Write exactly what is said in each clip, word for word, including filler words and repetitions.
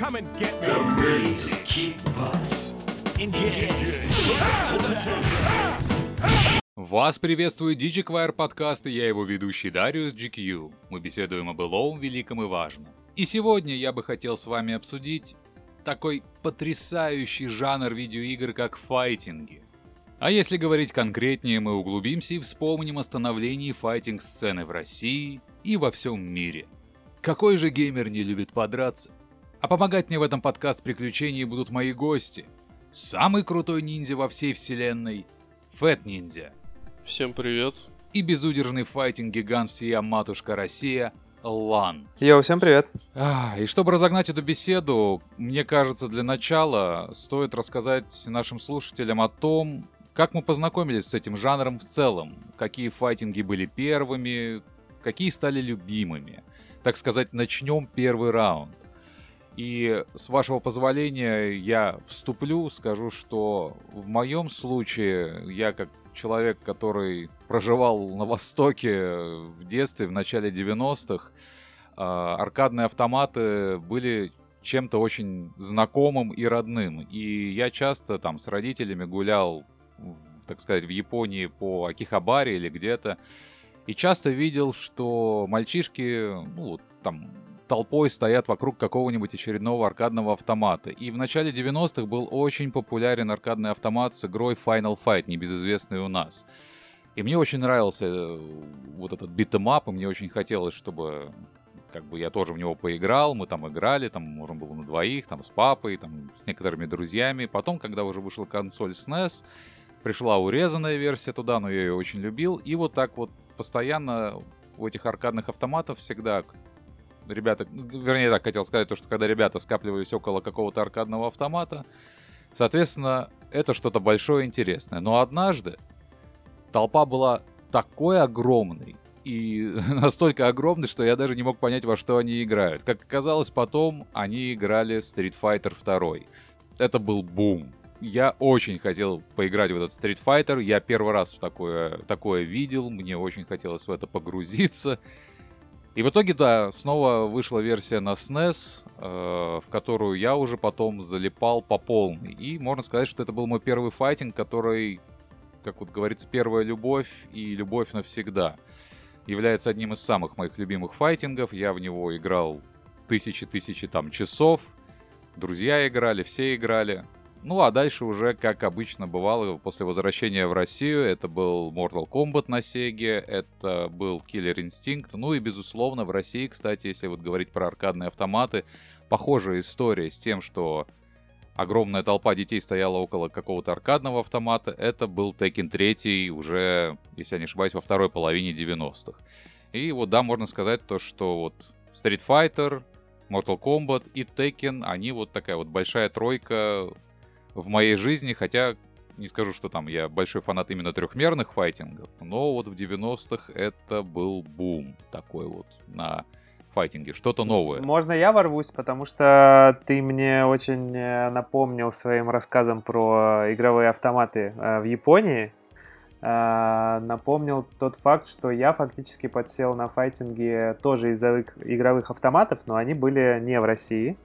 Come and get me. I'm ready to kick butt. Engage. Вас приветствует DigiQuire подкаст, и я его ведущий Дариус джи кью. Мы беседуем о былом, великом и важном. И сегодня я бы хотел с вами обсудить такой потрясающий жанр видеоигр, как файтинги. А если говорить конкретнее, мы углубимся и вспомним о становлении файтинг-сцены в России и во всем мире. Какой же геймер не любит подраться? А помогать мне в этом подкаст-приключении будут мои гости. Самый крутой ниндзя во всей вселенной — Фэт Ниндзя. Всем привет. И безудержный файтинг-гигант всея матушка Россия — Лан. Йоу, всем привет. А, и чтобы разогнать эту беседу, мне кажется, для начала стоит рассказать нашим слушателям о том, как мы познакомились с этим жанром в целом, какие файтинги были первыми, какие стали любимыми. Так сказать, начнем первый раунд. И с вашего позволения я вступлю, скажу, что в моем случае я как человек, который проживал на Востоке в детстве, в начале девяностых, аркадные автоматы были чем-то очень знакомым и родным. И я часто там с родителями гулял, в, так сказать, в Японии по Акихабаре или где-то, и часто видел, что мальчишки, ну, там, толпой стоят вокруг какого-нибудь очередного аркадного автомата. И в начале девяностых был очень популярен аркадный автомат с игрой Final Fight, небезызвестный у нас. И мне очень нравился вот этот битэмап, и мне очень хотелось, чтобы как бы я тоже в него поиграл. Мы там играли, там можно было на двоих, там с папой, там с некоторыми друзьями. Потом, когда уже вышла консоль эс эн и эс, пришла урезанная версия туда, но я ее очень любил. И вот так вот постоянно у этих аркадных автоматов всегда ребята, вернее так хотел сказать, то, что когда ребята скапливались около какого-то аркадного автомата, соответственно, это что-то большое и интересное. Но однажды толпа была такой огромной, и настолько огромной, что я даже не мог понять, во что они играют. Как оказалось, потом они играли в Street Fighter два. Это был бум. Я очень хотел поиграть в этот Street Fighter. Я первый раз в такое, такое видел. Мне очень хотелось в это погрузиться. И в итоге, да, снова вышла версия на эс эн и эс, э, в которую я уже потом залипал по полной. И можно сказать, что это был мой первый файтинг, который, как вот говорится, первая любовь и любовь навсегда. Является одним из самых моих любимых файтингов. Я в него играл тысячи-тысячи там часов. Друзья играли, все играли. Ну, а дальше уже, как обычно бывало, после возвращения в Россию, это был Mortal Kombat на Sega, это был Killer Instinct. Ну и, безусловно, в России, кстати, если вот говорить про аркадные автоматы, похожая история с тем, что огромная толпа детей стояла около какого-то аркадного автомата. Это был Tekken три, уже, если я не ошибаюсь, во второй половине девяностых. И вот, да, можно сказать то, что вот Street Fighter, Mortal Kombat и Tekken, они вот такая вот большая тройка в моей жизни, хотя не скажу, что там я большой фанат именно трехмерных файтингов, но вот в девяностых это был бум такой вот на файтинге, что-то новое. Можно я ворвусь, потому что ты мне очень напомнил своим рассказом про игровые автоматы в Японии. Напомнил тот факт, что я фактически подсел на файтинги тоже из-за игровых автоматов, но они были не в России.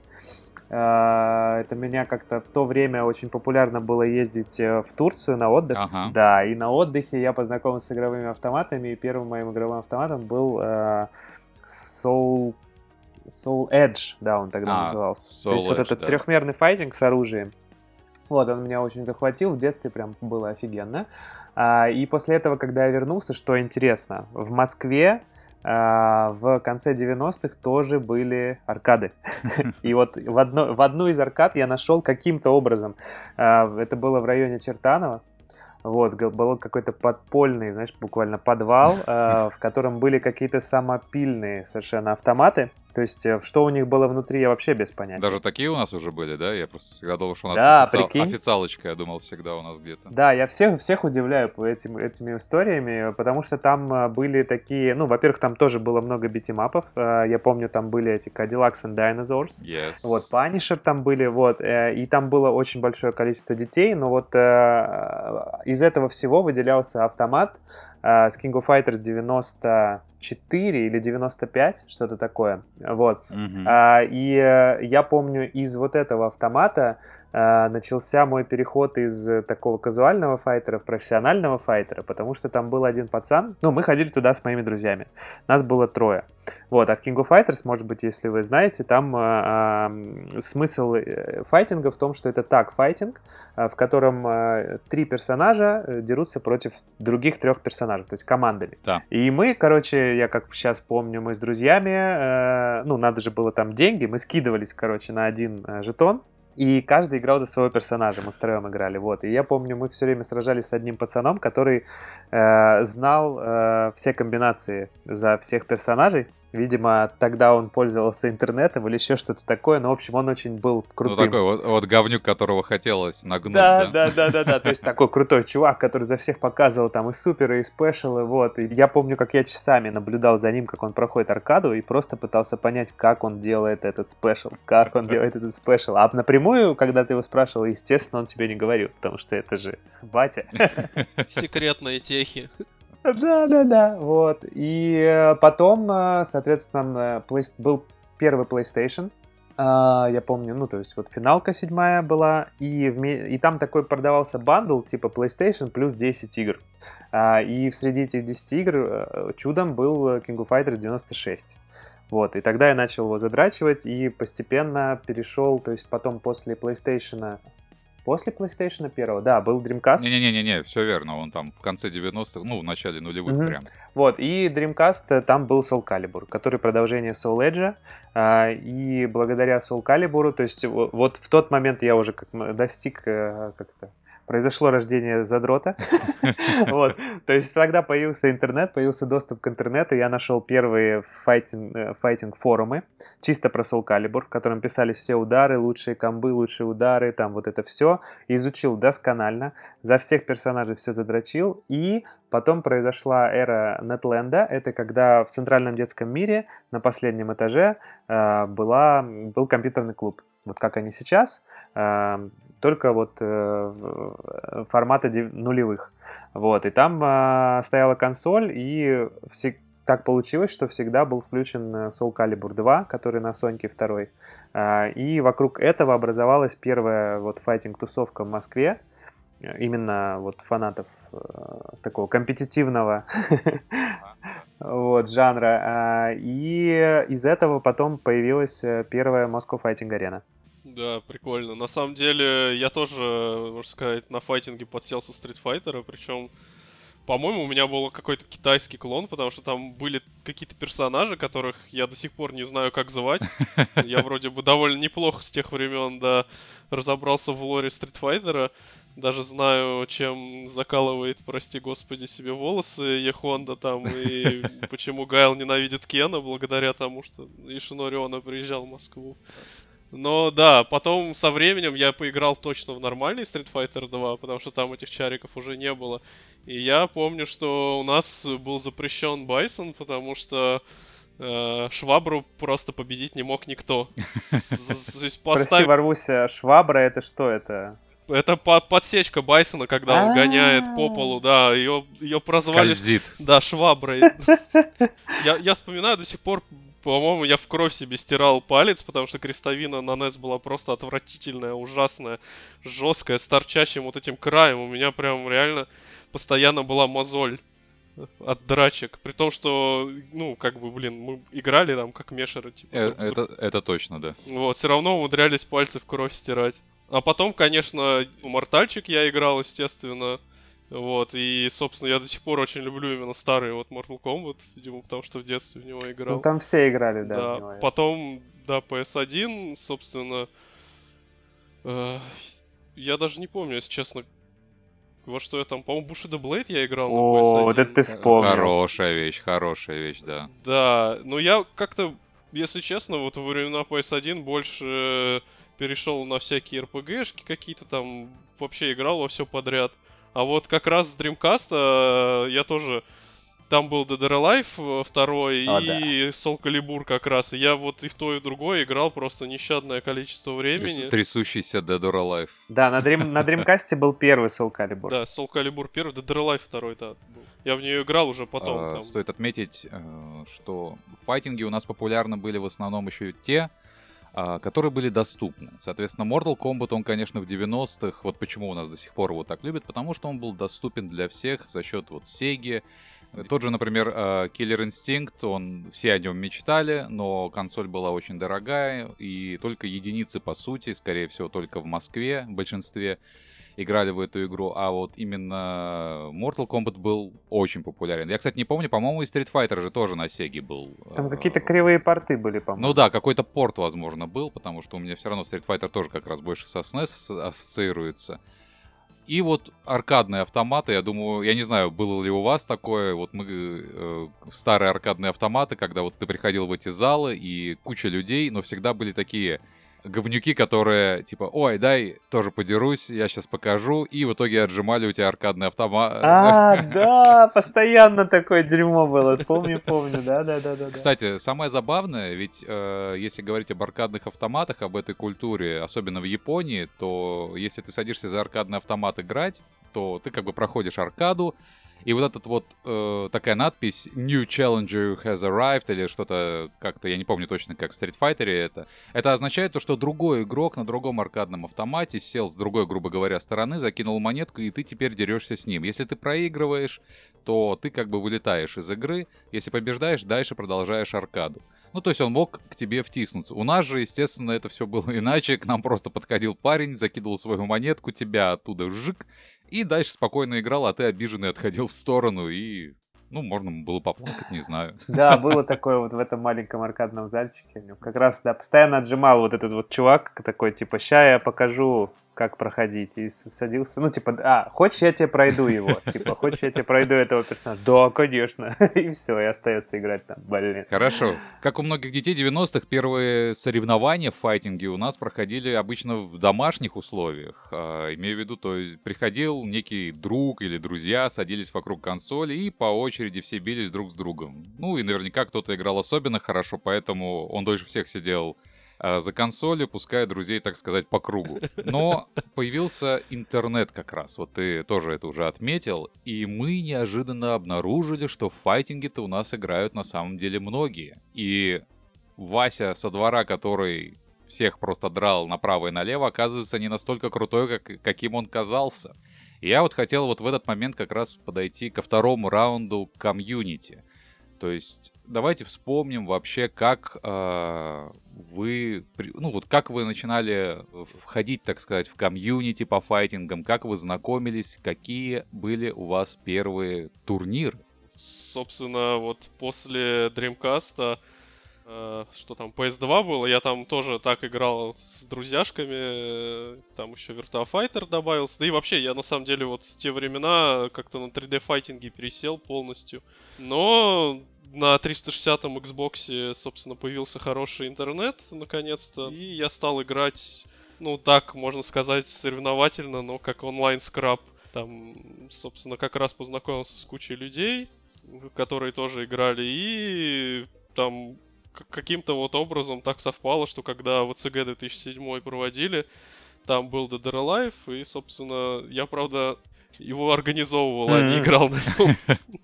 Это меня как-то в то время очень популярно было ездить в Турцию на отдых. Ага. Да, и на отдыхе я познакомился с игровыми автоматами, и первым моим игровым автоматом был э, Soul, Soul Edge, да, он тогда а, назывался. Soul То есть Edge, вот этот да. трехмерный файтинг с оружием. Вот, он меня очень захватил, в детстве прям было офигенно. А, и после этого, когда я вернулся, что интересно, в Москве в конце девяностых тоже были аркады. И вот в, одно, в одну из аркад я нашел каким-то образом. Это было в районе Чертанова. Вот, был какой-то подпольный, знаешь, буквально подвал, в котором были какие-то самопильные совершенно автоматы. То есть, что у них было внутри, я вообще без понятия. Даже такие у нас уже были, да? Я просто всегда думал, что у нас да, офици... прикинь. официалочка, я думал, всегда у нас где-то. Да, я всех, всех удивляю по этим, этими историями, потому что там были такие... Ну, во-первых, там тоже было много битэмапов. Я помню, там были эти Cadillacs and Dinosaurs. Yes. Вот, Punisher там были, вот. И там было очень большое количество детей, но вот из этого всего выделялся автомат, э, с King of Fighters девяносто четыре или девяносто пять, что-то такое. Вот. Мгм. А, и э, я помню, из вот этого автомата э, начался мой переход из э, такого казуального файтера в профессионального файтера, потому что там был один пацан. Ну, мы ходили туда с моими друзьями. Нас было трое. Вот, а в King of Fighters, может быть, если вы знаете, там э, э, смысл э, файтинга в том, что это так-файтинг, э, в котором э, три персонажа э, дерутся против других трех персонажей, то есть командами. Да. И мы, короче, я как сейчас помню, мы с друзьями, э, ну, надо же было там деньги, мы скидывались, короче, на один э, жетон, и каждый играл за своего персонажа, мы втроем играли, вот. И я помню, мы все время сражались с одним пацаном, который э, знал э, все комбинации за всех персонажей. Видимо, тогда он пользовался интернетом или еще что-то такое, но, в общем, он очень был крутым. Ну, такой вот, вот говнюк, которого хотелось нагнуть, Да, да? да, да, да, да, то есть такой крутой чувак, который за всех показывал там и суперы, и спешалы, вот. И я помню, как я часами наблюдал за ним, как он проходит аркаду, и просто пытался понять, как он делает этот спешл, как он делает этот спешл. А напрямую, когда ты его спрашивал, естественно, он тебе не говорил, потому что это же батя. Секретные техи. Да, да, да, вот. И э, потом, э, соответственно, э, плей- был первый PlayStation. А, я помню, ну, то есть вот финалка седьмая была, и, вме- и там такой продавался бандл, типа PlayStation плюс десять игр. А, и среди этих десяти игр э, чудом был King of Fighters девяносто шесть. Вот, и тогда я начал его задрачивать и постепенно перешел, то есть потом после PlayStation... После PlayStation первого, да, был Dreamcast. Не-не-не-не, все верно, он там в конце девяностых, ну, в начале нулевых Мгм. прям. Вот, и Dreamcast, э, там был Soul Calibur, который продолжение Soul Edge, а, и благодаря Soul Calibur, то есть во- вот в тот момент я уже как м- достиг, э, как это, произошло рождение задрота, вот, то есть тогда появился интернет, появился доступ к интернету, я нашел первые файтинг, э, файтинг-форумы, чисто про Soul Calibur, в котором писались все удары, лучшие комбы, лучшие удары, там вот это все, изучил досконально, за всех персонажей все задрочил, и потом произошла эра Нетленда. Это когда в Центральном детском мире на последнем этаже э, была, был компьютерный клуб. Вот как они сейчас, э, только вот э, в- формата дев- нулевых. Вот, и там э, стояла консоль, и все- так получилось, что всегда был включен э, Soul Calibur два, который на Соньке второй. Э, и вокруг этого образовалась первая вот файтинг-тусовка в Москве. Именно вот фанатов э, такого компетитивного вот, жанра. А, и из этого потом появилась э, первая Moscow Fighting Arena. Да, прикольно. На самом деле, я тоже, можно сказать, на файтинге подсел со Street Fighter, причем, по-моему, у меня был какой-то китайский клон, потому что там были какие-то персонажи, которых я до сих пор не знаю, как звать. Я вроде бы довольно неплохо с тех времен, да, разобрался в лоре Street Fighter. Даже знаю, чем закалывает, прости господи, себе волосы Ехонда там, и почему Гайл ненавидит Кена, благодаря тому, что Ишинори Оно приезжал в Москву. Но да, потом со временем я поиграл точно в нормальный Street Fighter два, потому что там этих чариков уже не было. И я помню, что у нас был запрещен Байсон, потому что э, Швабру просто победить не мог никто. С- то есть Прости, поставь- ворвусь, а швабра это что это? Это по- подсечка Байсона, когда он гоняет по полу, да, ее, ее прозвали... Скользит. Да, шваброй. Я, я вспоминаю до сих пор, по-моему, я в кровь себе стирал палец, потому что крестовина на Нес была просто отвратительная, ужасная, жесткая, с торчащим вот этим краем. У меня прям реально постоянно была мозоль от драчек. При том, что, ну, как бы, блин, мы играли там как мешеры, типа. Э, друг с Это, это точно, да. Вот, все равно умудрялись пальцы в кровь стирать. А потом, конечно, в Мортальчик я играл, естественно. Вот, и, собственно, я до сих пор очень люблю именно старый вот Mortal Kombat, видимо, потому что в детстве в него играл. Ну там все играли, да. Да, в него. потом, да, пи эс один, собственно, э, я даже не помню, если честно, во что я там, по-моему, Bushido Blade я играл на пи эс один. О, вот это ты вспомнил. Хорошая вещь, хорошая вещь, да. Да, но я как-то, если честно, вот во времена пи эс один больше перешел на всякие эр пи джи-шки какие-то там, вообще играл во все подряд. А вот как раз с Dreamcast я тоже там был Dead or Alive второй О, и Soul Calibur как раз. И я вот и в то, и в другое играл просто нещадное количество времени. Трясущийся Dead or Alive. Да, на, Dream, на Dreamcast был первый Soul Calibur. Да, Soul Calibur первый, Dead or Alive второй, да, был. Я в нее играл уже потом. А, там. Стоит отметить, э, что файтинги у нас популярны были в основном еще те, а, которые были доступны. Соответственно, Mortal Kombat, он, конечно, в девяностых, вот почему у нас до сих пор его так любят, потому что он был доступен для всех за счет вот Sega. Тот же, например, а, Killer Instinct, он, все о нем мечтали, но консоль была очень дорогая, и только единицы, по сути, скорее всего, только в Москве, в большинстве, играли в эту игру, а вот именно Mortal Kombat был очень популярен. Я, кстати, не помню, по-моему, и Street Fighter же тоже на Sega был. Там какие-то кривые порты были, по-моему. Ну да, какой-то порт, возможно, был, потому что у меня все равно Street Fighter тоже как раз больше со эс эн и эс ассоциируется. И вот аркадные автоматы, я думаю, я не знаю, было ли у вас такое, вот мы э, старые аркадные автоматы, когда вот ты приходил в эти залы, и куча людей, но всегда были такие говнюки, которые типа, ой, дай тоже подерусь, я сейчас покажу, и в итоге отжимали у тебя аркадный автомат. А, да, постоянно такое дерьмо было, помню, помню, да-да-да. Кстати, самое забавное, ведь э, если говорить об аркадных автоматах, об этой культуре, особенно в Японии, то если ты садишься за аркадный автомат играть, то ты как бы проходишь аркаду, и вот этот вот э, такая надпись «New Challenger has arrived» или что-то как-то, я не помню точно, как в Street Fighter это. Это означает то, что другой игрок на другом аркадном автомате сел с другой, грубо говоря, стороны, закинул монетку, и ты теперь дерешься с ним. Если ты проигрываешь, то ты как бы вылетаешь из игры. Если побеждаешь, дальше продолжаешь аркаду. Ну, то есть он мог к тебе втиснуться. У нас же, естественно, это все было иначе. К нам просто подходил парень, закидывал свою монетку, тебя оттуда жик, и дальше спокойно играл, а ты обиженный отходил в сторону, и, ну, можно было поплакать, не знаю. Да, было такое вот в этом маленьком аркадном зальчике. Как раз, да, постоянно отжимал вот этот вот чувак такой, типа, ща я покажу, как проходить. И садился, ну, типа, а, хочешь, я тебе пройду его? Типа, хочешь, я тебе пройду этого персонажа? Да, конечно. И все, и остается играть там, блин. Хорошо. Как у многих детей девяностых, первые соревнования в файтинге у нас проходили обычно в домашних условиях. А, имею в виду, то есть приходил некий друг или друзья, садились вокруг консоли и по очереди все бились друг с другом. Ну и наверняка кто-то играл особенно хорошо, поэтому он дольше всех сидел за консолью, пуская друзей, так сказать, по кругу. Но появился интернет как раз, вот ты тоже это уже отметил, и мы неожиданно обнаружили, что в файтинге-то у нас играют на самом деле многие. И Вася со двора, который всех просто драл направо и налево, оказывается не настолько крутой, как, каким он казался. И я вот хотел вот в этот момент как раз подойти ко второму раунду комьюнити. То есть давайте вспомним вообще, как э, вы, ну вот как вы начинали входить, так сказать, в комьюнити по файтингам, как вы знакомились, какие были у вас первые турниры? Собственно, вот после Dreamcast, э, что там, пи эс два было, я там тоже так играл с друзьяшками, э, там еще Virtua Fighter добавился, да и вообще я на самом деле вот в те времена как-то на три дэ-файтинге пересел полностью, но на триста шестидесятом Xbox, собственно, появился хороший интернет, наконец-то, и я стал играть, ну так, можно сказать, соревновательно, но как онлайн-скраб. Там, собственно, как раз познакомился с кучей людей, которые тоже играли, и там каким-то вот образом так совпало, что когда ви си джи две тысячи семь проводили, там был Dead or Alive, и, собственно, я, правда, его организовывал, mm-hmm. а не играл на нем.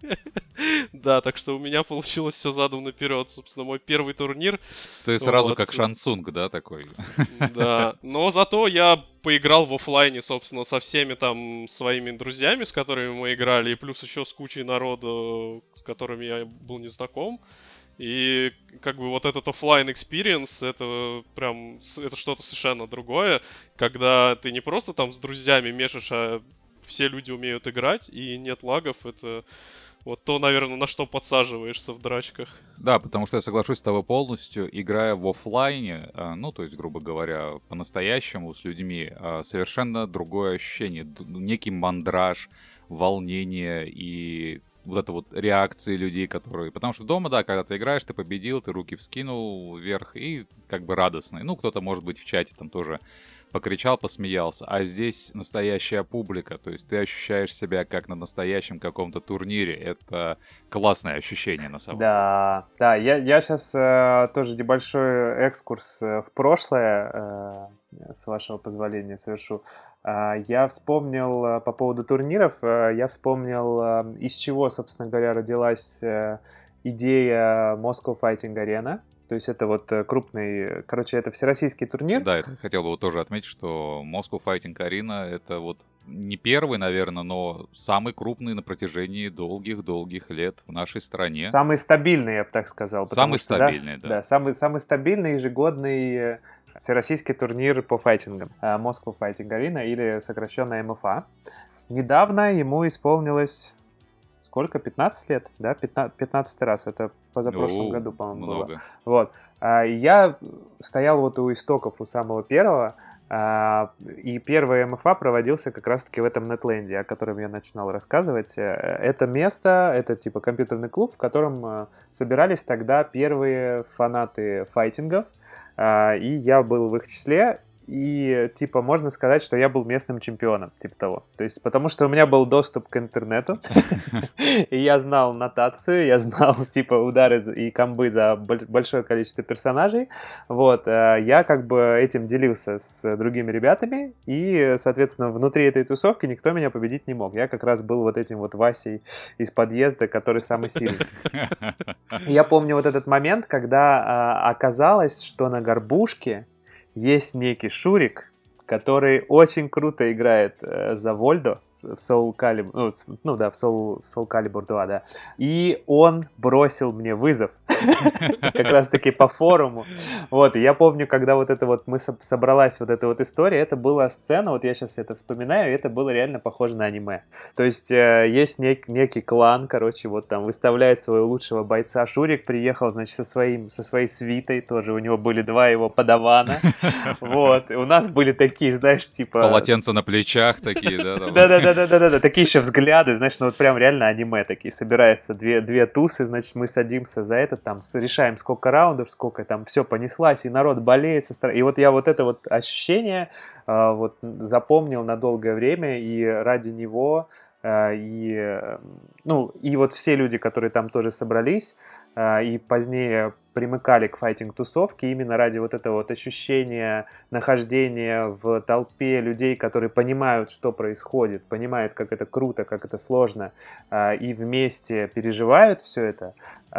Да, так что у меня получилось все задом наперед. Собственно, мой первый турнир. Ты сразу как Шансунг, да, такой? Да, но зато я поиграл в офлайне, собственно, со всеми там своими друзьями, с которыми мы играли, и плюс еще с кучей народа, с которыми я был не знаком. И как бы вот этот офлайн экспириенс, это прям, это что-то совершенно другое, когда ты не просто там с друзьями мешаешь, а все люди умеют играть, и нет лагов, это вот то, наверное, на что подсаживаешься в драчках. Да, потому что я соглашусь с тобой полностью, играя в офлайне, ну, то есть, грубо говоря, по-настоящему с людьми, совершенно другое ощущение, некий мандраж, волнение и вот это вот реакции людей, которые... Потому что дома, да, когда ты играешь, ты победил, ты руки вскинул вверх и как бы радостный. Ну, кто-то, может быть, в чате там тоже покричал, посмеялся. А здесь настоящая публика, то есть ты ощущаешь себя как на настоящем каком-то турнире. Это классное ощущение, на самом деле. Да, да, я, я сейчас э, тоже небольшой экскурс э, в прошлое, э, с вашего позволения, совершу. Э, я вспомнил э, по поводу турниров, э, я вспомнил, э, из чего, собственно говоря, родилась э, идея Moscow Fighting Arena. То есть это вот э, крупный, короче, это всероссийский турнир. Да, это хотел бы вот тоже отметить, что Moscow Fighting Arena — это вот не первый, наверное, но самый крупный на протяжении долгих-долгих лет в нашей стране. Самый стабильный, я бы так сказал. Самый что, стабильный, да. Да, самый, самый стабильный ежегодный э, всероссийский турнир по файтингам. э, Moscow Fighting Arena, или сокращенно эм эф а. Недавно ему исполнилось... Сколько? пятнадцать лет? Да, пятнадцатый раз. Это позапрошлом О, году, по-моему, много. было. Вот. А, Я стоял вот у истоков, у самого первого, а, и первый эм эф а проводился как раз-таки в этом Нетленде, о котором я начинал рассказывать. Это место, это типа компьютерный клуб, в котором собирались тогда первые фанаты файтингов, а, и я был в их числе. И, типа, можно сказать, что я был местным чемпионом, типа того. То есть, потому что у меня был доступ к интернету, и я знал нотацию, я знал, типа, удары и комбы за большое количество персонажей. Вот, я как бы этим делился с другими ребятами, и, соответственно, внутри этой тусовки никто меня победить не мог. Я как раз был вот этим вот Васей из подъезда, который самый сильный. Я помню вот этот момент, когда оказалось, что на горбушке есть некий Шурик, который очень круто играет э, за Вольдо в Soul Calibur, ну, ну да, в Soul, Soul Calibur два, да. И он бросил мне вызов, как раз-таки по форуму. Вот, и я помню, когда вот это вот, мы собралась вот эта вот история, это была сцена, вот я сейчас это вспоминаю, и это было реально похоже на аниме. То есть э, есть нек- некий клан, короче, вот там выставляет своего лучшего бойца. Шурик приехал, значит, со, своим, со своей свитой, тоже у него были два его подавана. Вот, и у нас были такие, знаешь, типа... Полотенца на плечах такие, да? Да-да-да-да-да, такие еще взгляды, знаешь, ну вот прям реально аниме такие. Собираются две, две тусы, значит, мы садимся за это, там, решаем, сколько раундов, сколько там, все понеслась, и народ болеет со стороны. И вот я вот это вот ощущение э, вот запомнил на долгое время, и ради него, э, и, э, ну, и вот все люди, которые там тоже собрались, э, и позднее примыкали к файтинг-тусовке именно ради вот этого вот ощущения нахождения в толпе людей, которые понимают, что происходит, понимают, как это круто, как это сложно, и вместе переживают все это.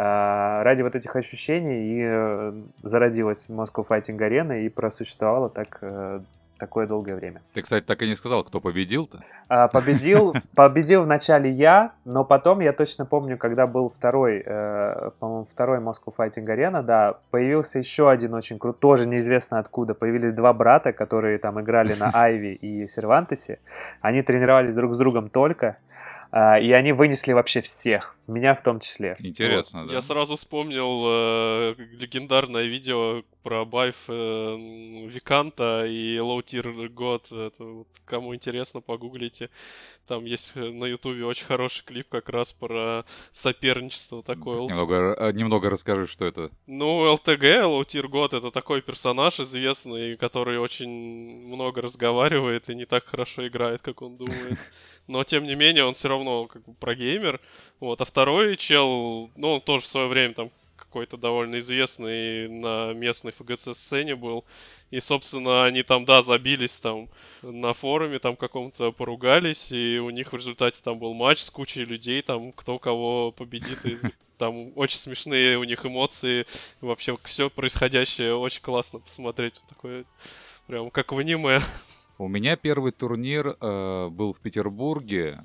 Ради вот этих ощущений и зародилась Moscow Fighting Arena и просуществовала так такое долгое время. Ты, кстати, так и не сказал, кто победил-то? А, победил, победил вначале я, но потом я точно помню, когда был второй, э, по-моему, второй Moscow Fighting Arena, да, появился еще один очень крутой, тоже неизвестно откуда, появились два брата, которые там играли на Айви и Сервантесе, они тренировались друг с другом только, э, и они вынесли вообще всех, меня в том числе. Интересно, вот. да. Я сразу вспомнил э, легендарное видео про байф э, Виканта и Low Tier God. Это вот, кому интересно, погуглите. Там есть на Ютубе очень хороший клип как раз про соперничество такое. Немного, немного расскажи, что это. Ну, эл ти джи, Low Tier God, это такой персонаж известный, который очень много разговаривает и не так хорошо играет, как он думает. Но, тем не менее, он все равно как бы прогеймер. Вот. А второй чел, ну, он тоже в свое время там какой-то довольно известный на местной эф джи си-сцене был. И, собственно, они там, да, забились там на форуме, там каком-то поругались, и у них в результате там был матч с кучей людей, там кто кого победит, и там очень смешные у них эмоции, вообще все происходящее очень классно посмотреть, вот такое, прям как в аниме. У меня первый турнир э, был в Петербурге.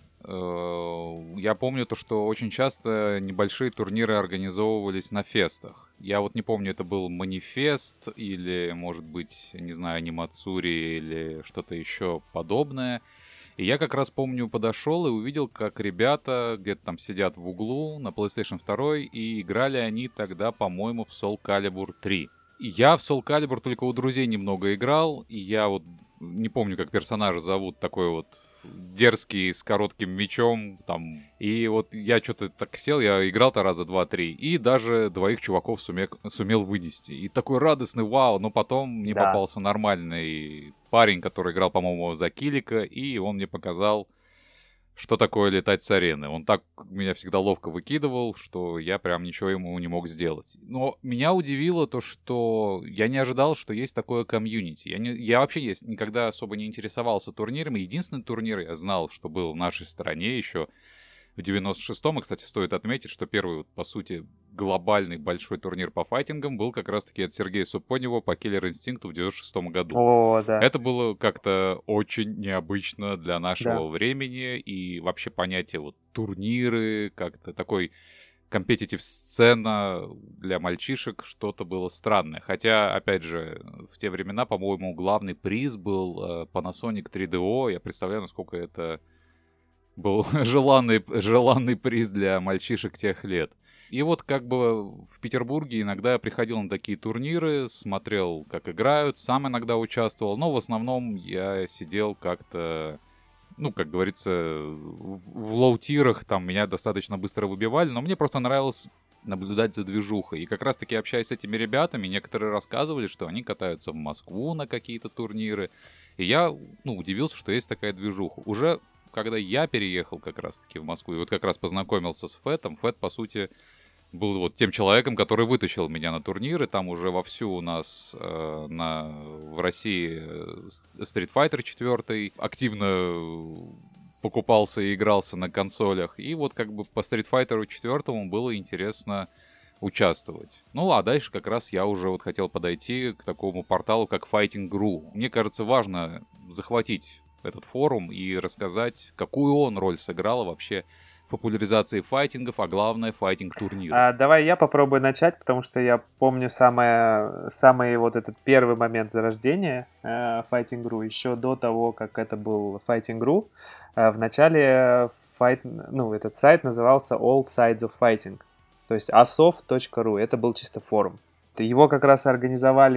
Э, я помню то, что очень часто небольшие турниры организовывались на фестах. Я вот не помню, это был Манифест или, может быть, не знаю, Анимацури или что-то еще подобное. И я как раз помню, подошел и увидел, как ребята где-то там сидят в углу на PlayStation два, и играли они тогда, по-моему, в Soul Calibur три. И я в Soul Calibur только у друзей немного играл, и я вот не помню, как персонажа зовут, такой вот дерзкий, с коротким мечом, там. И вот я что-то так сел, я играл-то раза два-три, и даже двоих чуваков суме... сумел вынести. И такой радостный вау, но потом мне Да. попался нормальный парень, который играл, по-моему, за Килика, и он мне показал, что такое летать с арены. Он так меня всегда ловко выкидывал, что я прям ничего ему не мог сделать. Но меня удивило то, что я не ожидал, что есть такое комьюнити. Я, не, я вообще есть, никогда особо не интересовался турнирами. Единственный турнир я знал, что был в нашей стране еще в девяносто шестом. И, кстати, стоит отметить, что первый, вот, по сути, глобальный большой турнир по файтингам был как раз-таки от Сергея Супонева по Killer Instinct в девяносто шестом году. О, да. Это было как-то очень необычно для нашего Да. времени, и вообще понятие вот турниры, как-то такой компетитив-сцена для мальчишек, что-то было странное. Хотя, опять же, в те времена, по-моему, главный приз был э, Panasonic три ди о. Я представляю, насколько это был желанный, желанный приз для мальчишек тех лет. И вот как бы в Петербурге иногда я приходил на такие турниры, смотрел, как играют, сам иногда участвовал, но в основном я сидел как-то, ну, как говорится, в, в лоу-тирах, там меня достаточно быстро выбивали, но мне просто нравилось наблюдать за движухой. И как раз-таки, общаясь с этими ребятами, некоторые рассказывали, что они катаются в Москву на какие-то турниры. И я, ну, удивился, что есть такая движуха. Уже когда я переехал как раз-таки в Москву, и вот как раз познакомился с Фэтом, Фэт, по сути, был вот тем человеком, который вытащил меня на турниры. Там уже вовсю у нас э, на, в России Street Fighter четыре активно покупался и игрался на консолях. И вот как бы по Street Fighter четыре было интересно участвовать. Ну, а дальше как раз я уже вот хотел подойти к такому порталу, как Fighting точка ру. Мне кажется, важно захватить этот форум и рассказать, какую он роль сыграл вообще в популяризации файтингов, а главное, файтинг-турниров. А, давай я попробую начать, потому что я помню самое, самый вот этот первый момент зарождения э, Fighting точка ру, еще до того, как это был Fighting точка ру. Э, в начале fight, ну, этот сайт назывался All Sides of Fighting, то есть асов точка ру, это был чисто форум. Его как раз организовали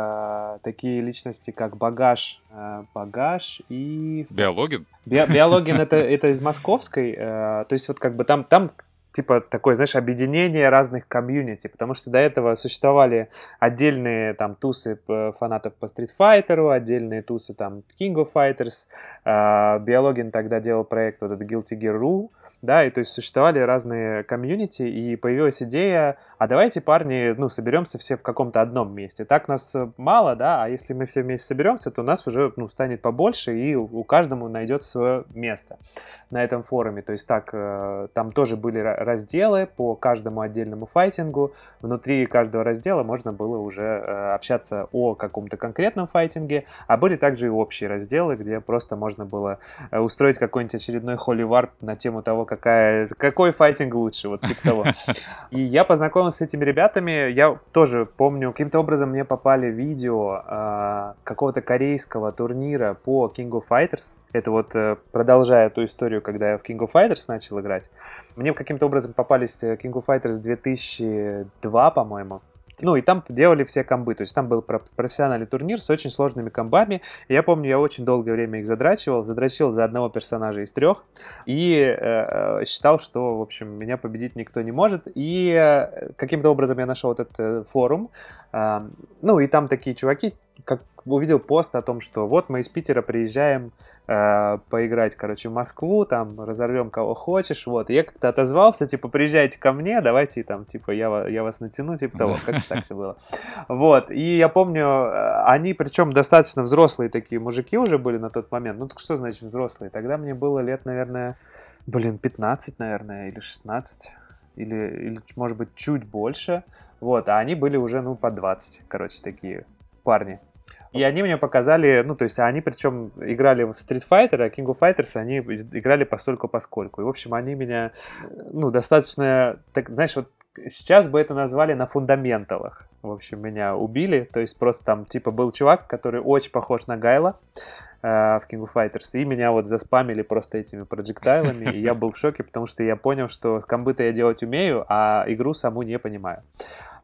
э, такие личности, как Багаж, э, Багаж и... Биологин? Би- Биологин это, это из московской, э, то есть вот как бы там, там типа такое, знаешь, объединение разных комьюнити, потому что до этого существовали отдельные там тусы фанатов по Street Fighter, отдельные тусы там King of Fighters, э, Биологин тогда делал проект вот этот Guilty Gear точка ру, да, и то есть существовали разные комьюнити, и появилась идея, а давайте, парни, ну, соберемся все в каком-то одном месте. Так нас мало, да, а если мы все вместе соберемся, то нас уже, ну, станет побольше, и у, у каждому найдется свое место на этом форуме. То есть так, э, там тоже были разделы по каждому отдельному файтингу. Внутри каждого раздела можно было уже э, общаться о каком-то конкретном файтинге, а были также и общие разделы, где просто можно было э, устроить какой-нибудь очередной Holy War на тему того, какая, какой файтинг лучше, вот типа того. И я познакомился с этими ребятами, я тоже помню, каким-то образом мне попали видео э, какого-то корейского турнира по King of Fighters. Это вот э, продолжая ту историю, когда я в King of Fighters начал играть. Мне каким-то образом попались King of Fighters две тысячи два, по-моему. Ну, и там делали все комбы, то есть там был профессиональный турнир с очень сложными комбами. И я помню, я очень долгое время их задрачивал, задрачивал за одного персонажа из трех, и э, считал, что, в общем, меня победить никто не может. И э, каким-то образом я нашел этот э, форум, э, ну, и там такие чуваки, как увидел пост о том, что вот мы из Питера приезжаем э, поиграть, короче, в Москву, там, разорвем кого хочешь, вот. И я как-то отозвался, типа, приезжайте ко мне, давайте, там, типа, я, я вас натяну, типа того, как так все было. Вот, и я помню, они, причем, достаточно взрослые такие мужики уже были на тот момент, ну, так что значит взрослые? Тогда мне было лет, наверное, блин, пятнадцать, наверное, или шестнадцать, или, или, может быть, чуть больше, вот, а они были уже, ну, по двадцать, короче, такие парни. И они мне показали, ну, то есть они причем играли в Street Fighter, а King of Fighters они играли постольку-поскольку. И, в общем, они меня, ну, достаточно, так, знаешь, вот сейчас бы это назвали на фундаменталах. В общем, меня убили, то есть просто там, типа, был чувак, который очень похож на Гайла э, в King of Fighters, и меня вот заспамили просто этими проджектайлами, и я был в шоке, потому что я понял, что комбы-то я делать умею, а игру саму не понимаю.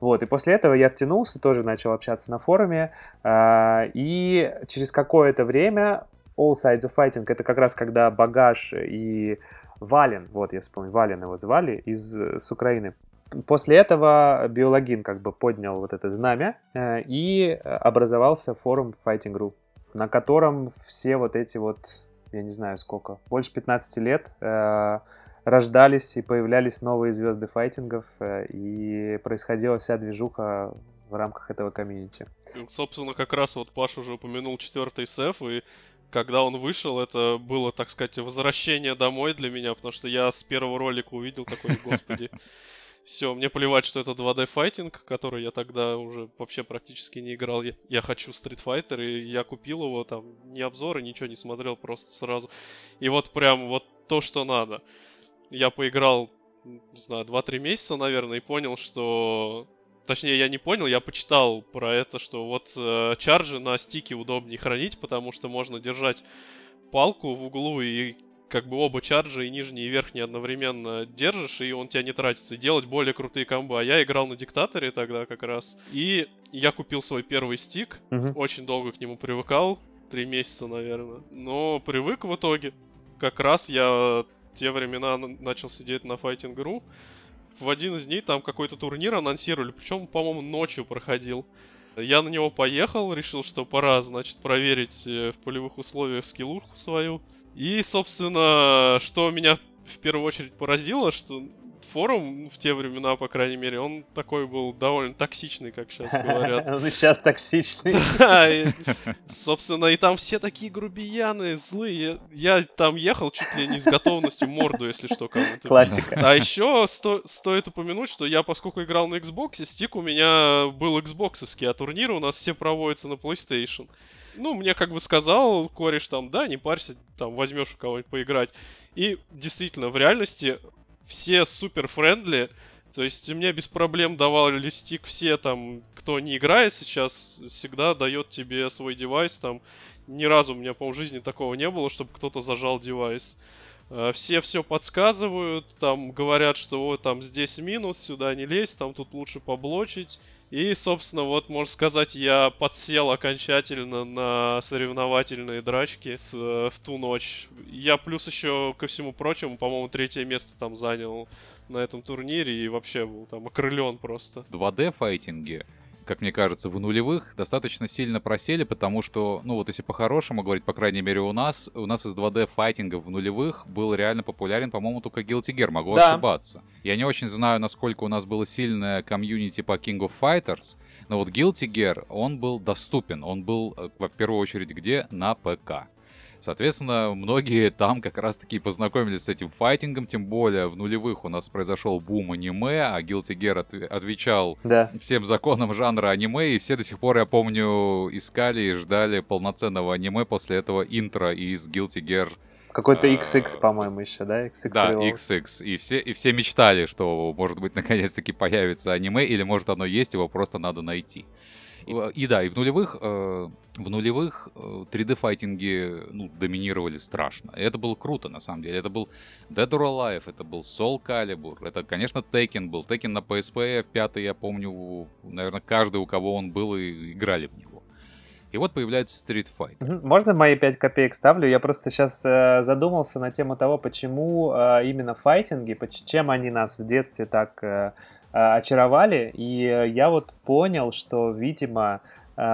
Вот, и после этого я втянулся, тоже начал общаться на форуме, э, и через какое-то время All Sides of Fighting, это как раз когда Багаж и Вален, вот я вспомнил, Вален его звали, из, с Украины. После этого Биологин как бы поднял вот это знамя, э, и образовался форум Fighting Group, на котором все вот эти вот, я не знаю сколько, больше пятнадцати лет э, рождались и появлялись новые звезды файтингов, э, и происходила вся движуха в рамках этого комьюнити. Собственно, как раз вот Паша уже упомянул четвертый эс эф, и когда он вышел, это было, так сказать, возвращение домой для меня, потому что я с первого ролика увидел такой, господи, все, мне плевать, что это два дэ файтинг, который я тогда уже вообще практически не играл. Я, я хочу Street Fighter, и я купил его, там, ни обзоры, ничего не смотрел, просто сразу. И вот прям вот то, что надо. Я поиграл, не знаю, два-три месяца, наверное, и понял, что... Точнее, я не понял, я почитал про это, что вот э, чарджи на стике удобнее хранить, потому что можно держать палку в углу и как бы оба чарджа, и нижний, и верхний одновременно держишь, и он тебя не тратится, и делать более крутые комбо. А я играл на диктаторе тогда как раз, и я купил свой первый стик, Мгм. очень долго к нему привыкал, три месяца, наверное, но привык в итоге. Как раз я в те времена н- начал сидеть на Fighting точка ру, в один из дней там какой-то турнир анонсировали, причем, по-моему, ночью проходил. Я на него поехал, решил, что пора, значит, проверить э, в полевых условиях скиллуху свою. И, собственно, что меня в первую очередь поразило, что форум в те времена, по крайней мере, он такой был довольно токсичный, как сейчас говорят. Он и сейчас токсичный. Да, и, собственно, и там все такие грубияны, злые. Я там ехал чуть ли не с готовностью морду, если что, кому-то. Классика. А еще сто- стоит упомянуть, что я, поскольку играл на Xbox, стик у меня был Xbox'овский, а турниры у нас все проводятся на PlayStation. Ну, мне как бы сказал кореш там, да, не парься, там возьмешь у кого-нибудь поиграть. И действительно, в реальности все супер френдли. То есть мне без проблем давали стик все там, кто не играет сейчас, всегда дает тебе свой девайс. Там ни разу у меня, по жизни такого не было, чтобы кто-то зажал девайс. Э, Все все подсказывают, там говорят, что вот там здесь минус, сюда не лезь, там тут лучше поблочить. И, собственно, вот, можно сказать, я подсел окончательно на соревновательные драчки с, э, в ту ночь. Я плюс еще, ко всему прочему, по-моему, третье место там занял на этом турнире и вообще был там окрылен просто. два дэ файтинги, как мне кажется, в нулевых достаточно сильно просели, потому что, ну вот если по-хорошему говорить, по крайней мере у нас, у нас из два дэ файтинга в нулевых был реально популярен, по-моему, только Guilty Gear, могу Да. ошибаться. Я не очень знаю, насколько у нас было сильное комьюнити по King of Fighters, но вот Guilty Gear, он был доступен, он был, э, в первую очередь, где? На ПК. Соответственно, многие там как раз-таки познакомились с этим файтингом, тем более в нулевых у нас произошел бум аниме, а Guilty Gear отв- отвечал Да. всем законам жанра аниме, и все до сих пор, я помню, искали и ждали полноценного аниме после этого интро из Guilty Gear. Какой-то А, икс икс, по-моему, еще, да? икс икс Да, Reload. икс икс. И все, и все мечтали, что, может быть, наконец-таки появится аниме, или, может, оно есть, его просто надо найти. И, и да, и в нулевых, э, в нулевых э, три дэ-файтинги ну, доминировали страшно. И это было круто, на самом деле. Это был Dead or Alive, это был Soul Calibur, это, конечно, Tekken был. Tekken на пи эс пи, в пятый, я помню, наверное, каждый, у кого он был, и играли в него. И вот появляется Street Fighter. Мгм. Можно мои пять копеек ставлю? Я просто сейчас э, задумался на тему того, почему э, именно файтинги, поч- чем они нас в детстве так э, э, очаровали. И э, я вот понял, что, видимо,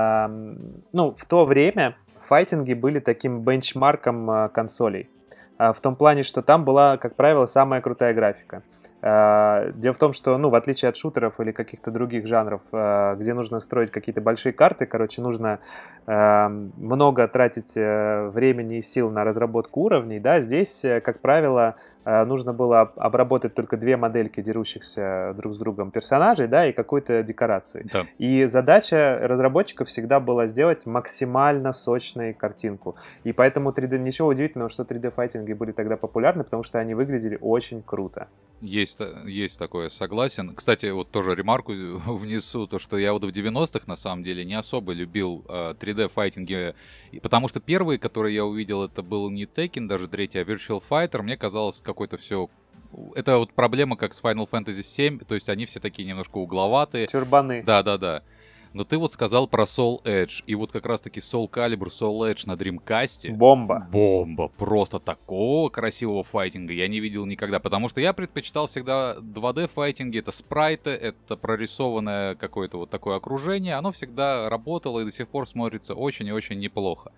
эм, ну, в то время файтинги были таким бенчмарком э, консолей. Э, в том плане, что там была, как правило, самая крутая графика. Э, Дело в том, что, ну, в отличие от шутеров или каких-то других жанров, э, где нужно строить какие-то большие карты, короче, нужно э, много тратить э, времени и сил на разработку уровней, да, здесь, э, как правило, э, нужно было об- обработать только две модельки дерущихся друг с другом персонажей, да, и какую-то декорацию. Да. И задача разработчиков всегда была сделать максимально сочную картинку. И поэтому три дэ, ничего удивительного, что три дэ-файтинги были тогда популярны, потому что они выглядели очень круто. Есть, та- есть такое, согласен. Кстати, вот тоже ремарку внесу, то, что я вот в девяностых, на самом деле, не особо любил э, три дэ-файтинги, и потому что первые, которые я увидел, это был не Tekken, даже третий, а Virtual Fighter, мне казалось какой-то все Это вот проблема, как с Final Fantasy семь, то есть они все такие немножко угловатые. Тюрбаны. Да-да-да. Но ты вот сказал про Soul Edge, и вот как раз-таки Soul Calibur, Soul Edge на Dreamcast. Бомба. Бомба. Просто такого красивого файтинга я не видел никогда, потому что я предпочитал всегда два дэ-файтинги, это спрайты, это прорисованное какое-то вот такое окружение, оно всегда работало и до сих пор смотрится очень и очень неплохо.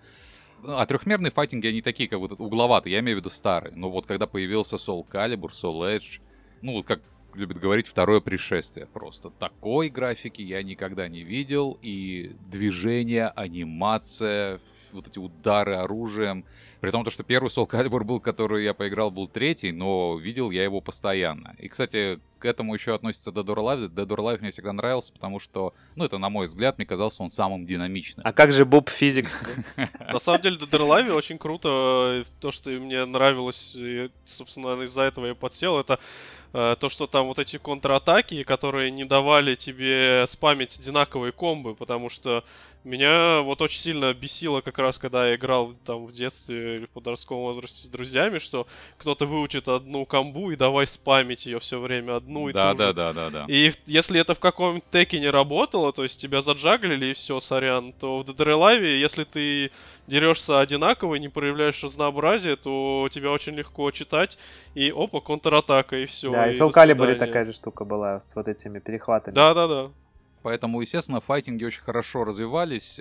А трехмерные файтинги, они такие, как вот угловатые, я имею в виду старые. Но вот когда появился Soul Calibur, Soul Edge, ну вот как любят говорить, второе пришествие просто. Такой графики я никогда не видел, и движение, анимация, вот эти удары оружием. При том, что первый Soul Calibur был, который я поиграл, был третий, но видел я его постоянно. И, кстати, к этому еще относится Dead or Alive. Dead or Alive мне всегда нравился, потому что, ну, это, на мой взгляд, мне казался он самым динамичным. А как же Boob Physics? На самом деле, Dead or Alive очень круто. То, что мне нравилось, и, собственно, из-за этого я подсел, это то, что там вот эти контратаки, которые не давали тебе спамить одинаковые комбы, потому что меня вот очень сильно бесило как раз, когда я играл там в детстве или в подростковом возрасте с друзьями, что кто-то выучит одну комбу и давай спамить ее все время одну и да, ту да, же. Да, да, да, да. И если это в каком-нибудь теке не работало, то есть тебя заджаглили и все, сорян, то в Dead or Alive, если ты дерешься одинаково и не проявляешь разнообразие, то тебя очень легко читать, и опа, контратака, и все. Да, и и в Soul Calibur такая же штука была с вот этими перехватами. Да-да-да. Поэтому, естественно, файтинги очень хорошо развивались.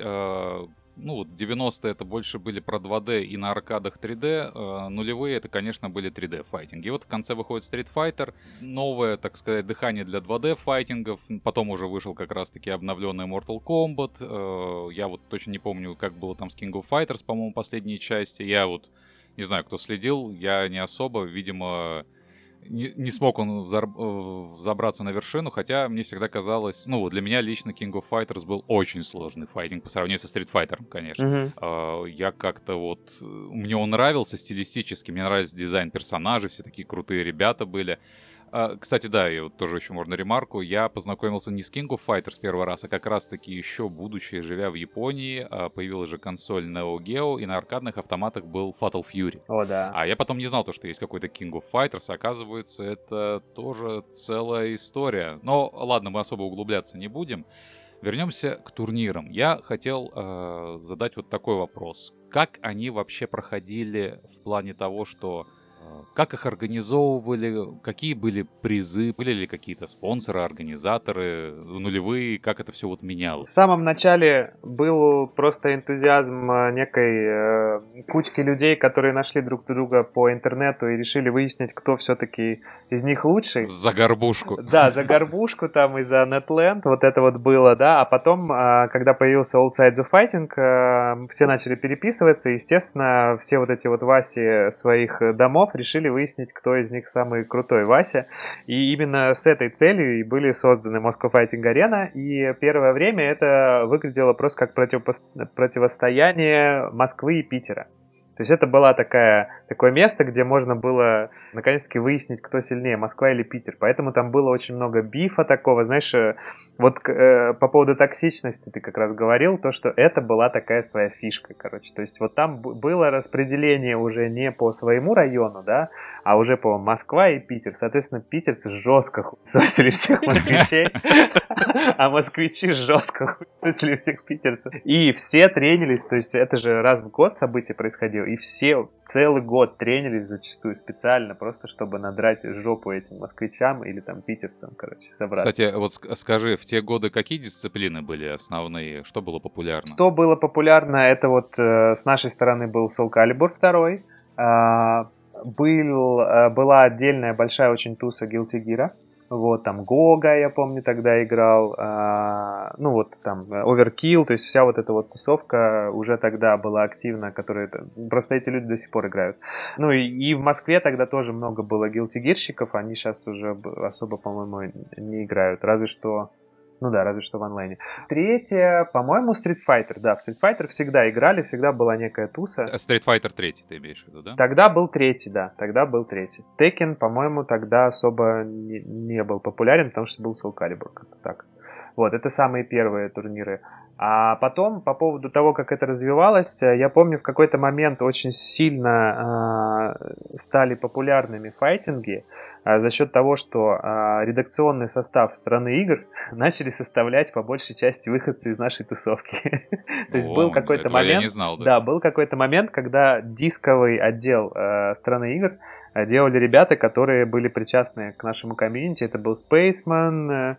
Ну, вот девяностые это больше были про два дэ и на аркадах три дэ. Нулевые это, конечно, были три дэ-файтинги. И вот в конце выходит Street Fighter. Новое, так сказать, дыхание для два дэ-файтингов. Потом уже вышел как раз-таки обновленный Mortal Kombat. Я вот точно не помню, как было там с King of Fighters, по-моему, последние части. Я вот не знаю, кто следил, я не особо, видимо... Не, не смог он взор, взобраться на вершину, хотя мне всегда казалось... Ну, для меня лично King of Fighters был очень сложный файтинг по сравнению со Street Fighter, конечно. Mm-hmm. Uh, я как-то вот... Мне он нравился стилистически, мне нравился дизайн персонажей, все такие крутые ребята были. Uh, кстати, да, и вот тоже еще можно ремарку. Я познакомился не с King of Fighters первый раз, а как раз-таки еще будучи, живя в Японии, uh, появилась же консоль Neo Geo, и на аркадных автоматах был Fatal Fury. О, да. А я потом не знал, то, что есть какой-то King of Fighters. Оказывается, это тоже целая история. Но ладно, мы особо углубляться не будем. Вернемся к турнирам. Я хотел э, задать вот такой вопрос. Как они вообще проходили в плане того, что... Как их организовывали, какие были призы, были ли какие-то спонсоры, организаторы, нулевые, как это все вот менялось? В самом начале был просто энтузиазм некой э, кучки людей, которые нашли друг друга по интернету и решили выяснить, кто все-таки из них лучший. За горбушку. Да, за горбушку там и за Netland, вот это вот было, да. А потом, э, когда появился All Sides of Fighting, э, все начали переписываться, и, естественно, все вот эти вот Васи своих домов решили выяснить, кто из них самый крутой Вася. И именно с этой целью и были созданы Moscow Fighting Arena. И первое время это выглядело просто как противопо- противостояние Москвы и Питера. То есть это было такая, такое место, где можно было наконец-таки выяснить, кто сильнее, Москва или Питер. Поэтому там было очень много бифа такого. Знаешь, вот э, по поводу токсичности ты как раз говорил, то, что это была такая своя фишка, короче. То есть вот там было распределение уже не по своему району, да, а уже по Москва и Питер. Соответственно, питерцы жестко хуесосили всех москвичей, а москвичи жестко хуесосили всех питерцев. И все тренились, то есть это же раз в год событие происходило, и все целый год тренились зачастую специально, просто чтобы надрать жопу этим москвичам или там питерцам, короче, собраться. Кстати, вот скажи, в те годы какие дисциплины были основные? Что было популярно? Что было популярно, это вот э, с нашей стороны был Soul Calibur два, э, был, э, была отдельная большая очень туса Guilty Gear. Вот, там, Гога, я помню, тогда играл, а, ну, вот, там, Overkill, то есть вся вот эта вот тусовка уже тогда была активна, которая, просто эти люди до сих пор играют. Ну, и, и в Москве тогда тоже много было гилтигирщиков, они сейчас уже особо, по-моему, не играют, разве что... Ну да, разве что в онлайне. Третье, по-моему, Street Fighter. Да, в Street Fighter всегда играли, всегда была некая туса. Street Fighter три ты имеешь в виду, да? Тогда был третий, да, тогда был третий. Tekken, по-моему, тогда особо не, не был популярен, потому что был Soul Calibur, как-то так. Вот, это самые первые турниры. А потом, по поводу того, как это развивалось, я помню, в какой-то момент очень сильно э, стали популярными файтинги э, за счет того, что э, редакционный состав страны игр начали составлять по большей части выходцы из нашей тусовки. То есть был какой-то момент... я не знал, да? Да, был какой-то момент, когда дисковый отдел э, страны игр делали ребята, которые были причастны к нашему комьюнити. Это был Spaceman,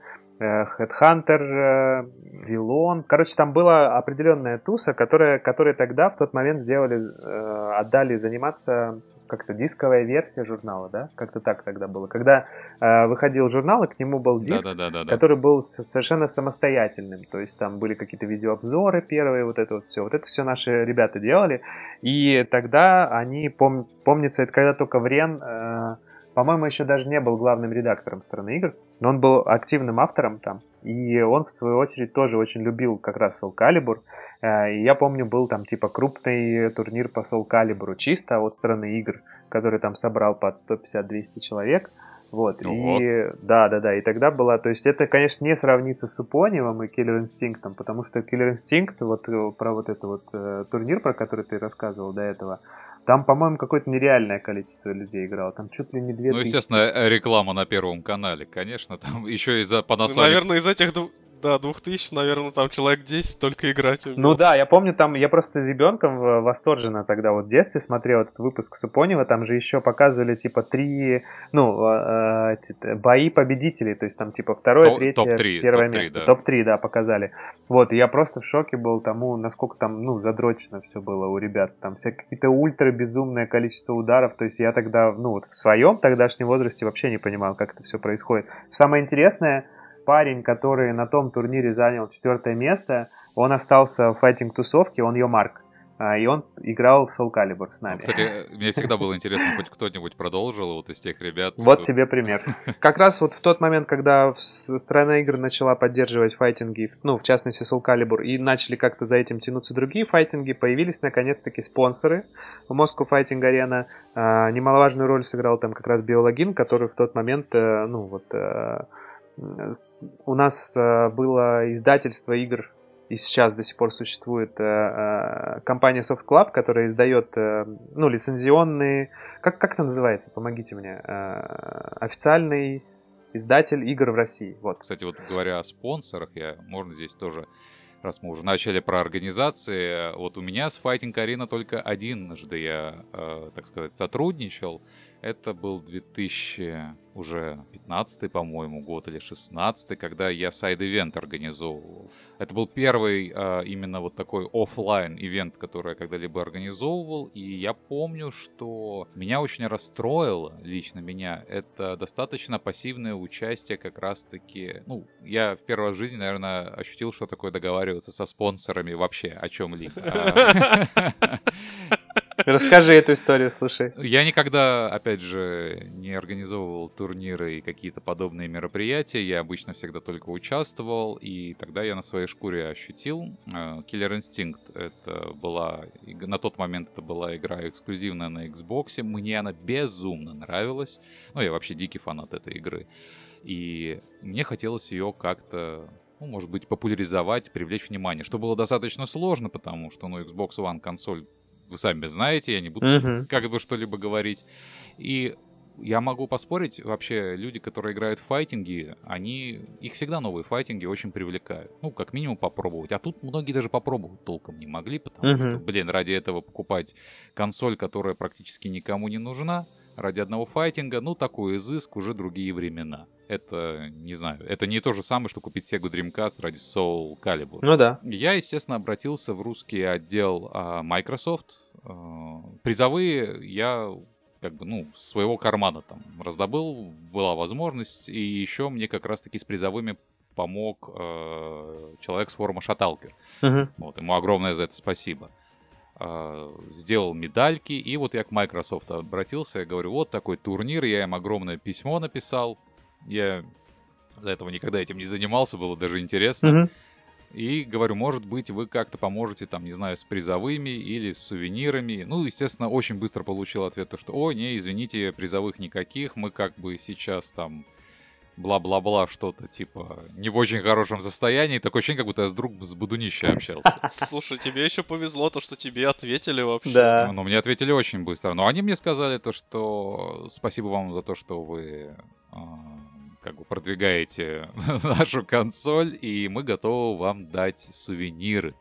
Headhunter, Вилон. Короче, там была определенная туса, которая, которые тогда, в тот момент, сделали, э, отдали заниматься как-то дисковая версия журнала, да? Как-то так тогда было. Когда э, выходил журнал, и к нему был диск, да, да, да, да, который был совершенно самостоятельным. То есть там были какие-то видеообзоры первые, вот это вот все. Вот это все наши ребята делали. И тогда они, пом- помнится, это когда только Врен... Э, по-моему, еще даже не был главным редактором страны игр, но он был активным автором там, и он, в свою очередь, тоже очень любил как раз Soul Calibur, и я помню, был там типа крупный турнир по Soul Calibur чисто от страны игр, который там собрал под сто пятьдесят - двести человек, вот, ну и вот. да-да-да, и тогда была, то есть это, конечно, не сравнится с Упоневым и Killer Instinct, потому что Killer Instinct, вот про вот этот вот э, турнир, про который ты рассказывал до этого, там, по-моему, какое-то нереальное количество людей играло. Там чуть ли не две тысячи. Ну, естественно, реклама на Первом канале, конечно. Там еще и за Panasonic. Ну, наверное, из этих двух... Да, двух тысяч, наверное, там человек десять только играть умел. Ну да, я помню, там, я просто ребенком восторженно тогда вот в детстве смотрел этот выпуск Супонева, там же еще показывали, типа, три, ну, э, э, бои победителей, то есть там, типа, второе, Топ- третье, топ-три, первое топ-три, место. да. топ-три, да, показали. Вот, и я просто в шоке был тому, насколько там, ну, задрочено все было у ребят. Там все какие-то ультра безумное количество ударов, то есть я тогда, ну, вот в своем тогдашнем возрасте вообще не понимал, как это все происходит. Самое интересное, парень, который на том турнире занял четвертое место, он остался в файтинг-тусовке, он Йомарк, и он играл в Soul Calibur с нами. Кстати, мне всегда было интересно, хоть кто-нибудь продолжил вот из тех ребят. Вот тебе пример. Как раз вот в тот момент, когда страна игр начала поддерживать файтинги, ну, в частности, Soul Calibur, и начали как-то за этим тянуться другие файтинги, появились наконец-таки спонсоры. В Moscow Fighting Arena немаловажную роль сыграл там как раз Биологин, который в тот момент, ну, вот... У нас э, было издательство игр, и сейчас до сих пор существует э, э, компания Soft Club, которая издает э, ну, лицензионные... Как, как это называется? Помогите мне. Э, официальный издатель игр в России. Вот. Кстати, вот говоря о спонсорах, я, можно здесь тоже, раз мы уже начали про организации, вот у меня с Fighting Arena только однажды я, э, так сказать, сотрудничал. Это был две тысячи уже пятнадцатый, по-моему, год или шестнадцатый, когда я сайд-ивент организовывал. Это был первый э, именно вот такой офлайн ивент, который я когда-либо организовывал. И я помню, что меня очень расстроило, лично меня, это достаточно пассивное участие как раз-таки... Ну, я в первый раз в жизни, наверное, ощутил, что такое договариваться со спонсорами вообще о чем-либо. Расскажи эту историю, слушай. Я никогда, опять же, не организовывал турниры и какие-то подобные мероприятия. Я обычно всегда только участвовал, и тогда я на своей шкуре ощутил. Killer Instinct — это была... На тот момент это была игра эксклюзивная на Xbox. Мне она безумно нравилась. Ну, я вообще дикий фанат этой игры. И мне хотелось ее как-то... Ну, может быть, популяризовать, привлечь внимание. Что было достаточно сложно, потому что, ну, Xbox One консоль, вы сами знаете, я не буду uh-huh. как бы что-либо говорить. И я могу поспорить, вообще, люди, которые играют в файтинги, они... Их всегда новые файтинги очень привлекают. Ну, как минимум попробовать. А тут многие даже попробовать толком не могли, потому uh-huh. что, блин, ради этого покупать консоль, которая практически никому не нужна, ради одного файтинга, ну, такой изыск, уже другие времена. Это, не знаю, это не то же самое, что купить Sega Dreamcast ради Soul Calibur. Ну да. Я, естественно, обратился в русский отдел а, Microsoft. А, призовые я как бы, ну, с своего кармана там раздобыл, была возможность, и еще мне как раз-таки с призовыми помог э, человек с форума Шаталкер. Uh-huh. Вот, ему огромное за это спасибо. Сделал медальки, и вот я к Microsoft обратился, я говорю, вот такой турнир, я им огромное письмо написал, я до этого никогда этим не занимался, было даже интересно, uh-huh. и говорю, может быть, вы как-то поможете, там, не знаю, с призовыми или с сувенирами. Ну, естественно, очень быстро получил ответ, что, о, не, извините, призовых никаких, мы как бы сейчас там бла-бла-бла, что-то типа не в очень хорошем состоянии. Такое ощущение, как будто я с другом с Будунищей общался. Слушай, тебе еще повезло, то, что тебе ответили вообще. Да. Но мне ответили очень быстро. Но они мне сказали то, что спасибо вам за то, что вы а, как бы продвигаете нашу консоль, и мы готовы вам дать сувениры.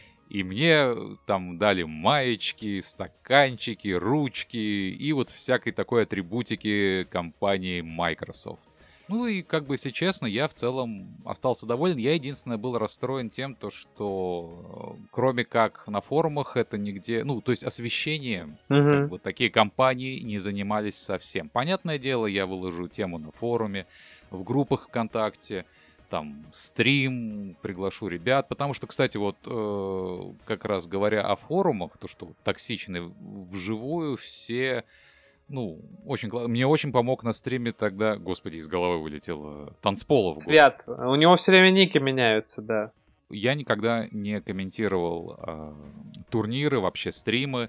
И мне там дали маечки, стаканчики, ручки и вот всякой такой атрибутики компании Microsoft. Ну и, как бы, если честно, я в целом остался доволен. Я единственное был расстроен тем, то, что кроме как на форумах это нигде... Ну, то есть освещением Мгм. как бы, такие компании не занимались совсем. Понятное дело, я выложу тему на форуме, в группах ВКонтакте, там, стрим, приглашу ребят. Потому что, кстати, вот э, как раз говоря о форумах, то, что токсичны вживую все... Ну, очень кла- мне очень помог на стриме тогда... Господи, из головы вылетело. Танцполов. господи. Свят, у него все время ники меняются, да. Я никогда не комментировал э, турниры, вообще стримы.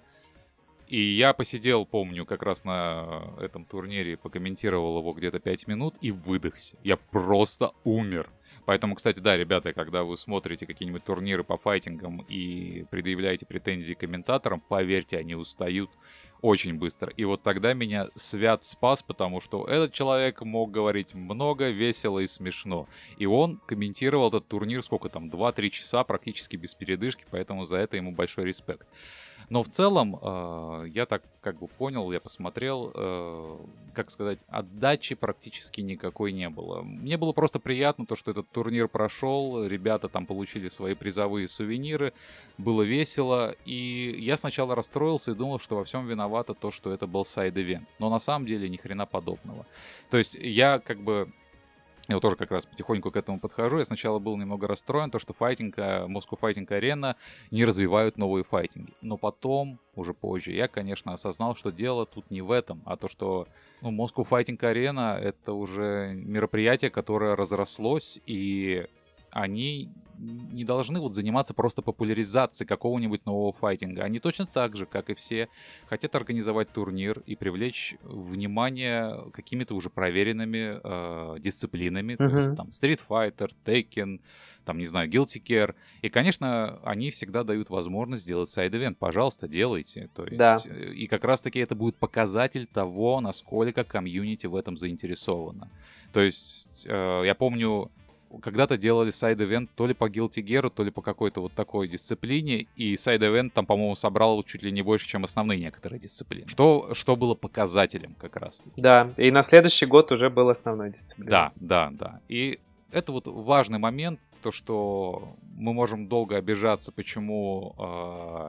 И я посидел, помню, как раз на этом турнире, покомментировал его где-то пять минут и выдохся. Я просто умер. Поэтому, кстати, да, ребята, когда вы смотрите какие-нибудь турниры по файтингам и предъявляете претензии комментаторам, поверьте, они устают очень быстро. И вот тогда меня Свят спас, потому что этот человек мог говорить много, весело и смешно. И он комментировал этот турнир сколько там, два-три часа практически без передышки, поэтому за это ему большой респект. Но в целом, э, я так как бы понял, я посмотрел, э, как сказать, отдачи практически никакой не было. Мне было просто приятно то, что этот турнир прошел, ребята там получили свои призовые сувениры, было весело, и я сначала расстроился и думал, что во всем виновато то, что это был сайд-ивент. Но на самом деле ни хрена подобного. То есть я как бы... Я вот тоже как раз потихоньку к этому подхожу. Я сначала был немного расстроен, то, что файтинг, Moscow Fighting Arena не развивают новые файтинги. Но потом, уже позже, я, конечно, осознал, что дело тут не в этом, а то, что ну, Moscow Fighting Arena — это уже мероприятие, которое разрослось, и они не должны вот заниматься просто популяризацией какого-нибудь нового файтинга. Они точно так же, как и все, хотят организовать турнир и привлечь внимание какими-то уже проверенными э, дисциплинами. То есть Мгм. там Street Fighter, Tekken, там, не знаю, Guilty Gear. И, конечно, они всегда дают возможность сделать сайд-ивент. Пожалуйста, делайте. То есть, Да. э, и как раз-таки это будет показатель того, насколько комьюнити в этом заинтересовано. То есть, э, я помню, когда-то делали сайд-эвент то ли по Guilty Gear, то ли по какой-то вот такой дисциплине, и сайд-эвент там, по-моему, собрал чуть ли не больше, чем основные некоторые дисциплины. Что, что было показателем как раз-таки. Да, и на следующий год уже был основной дисциплиной. Да, да, да. И это вот важный момент, то, что мы можем долго обижаться, почему э,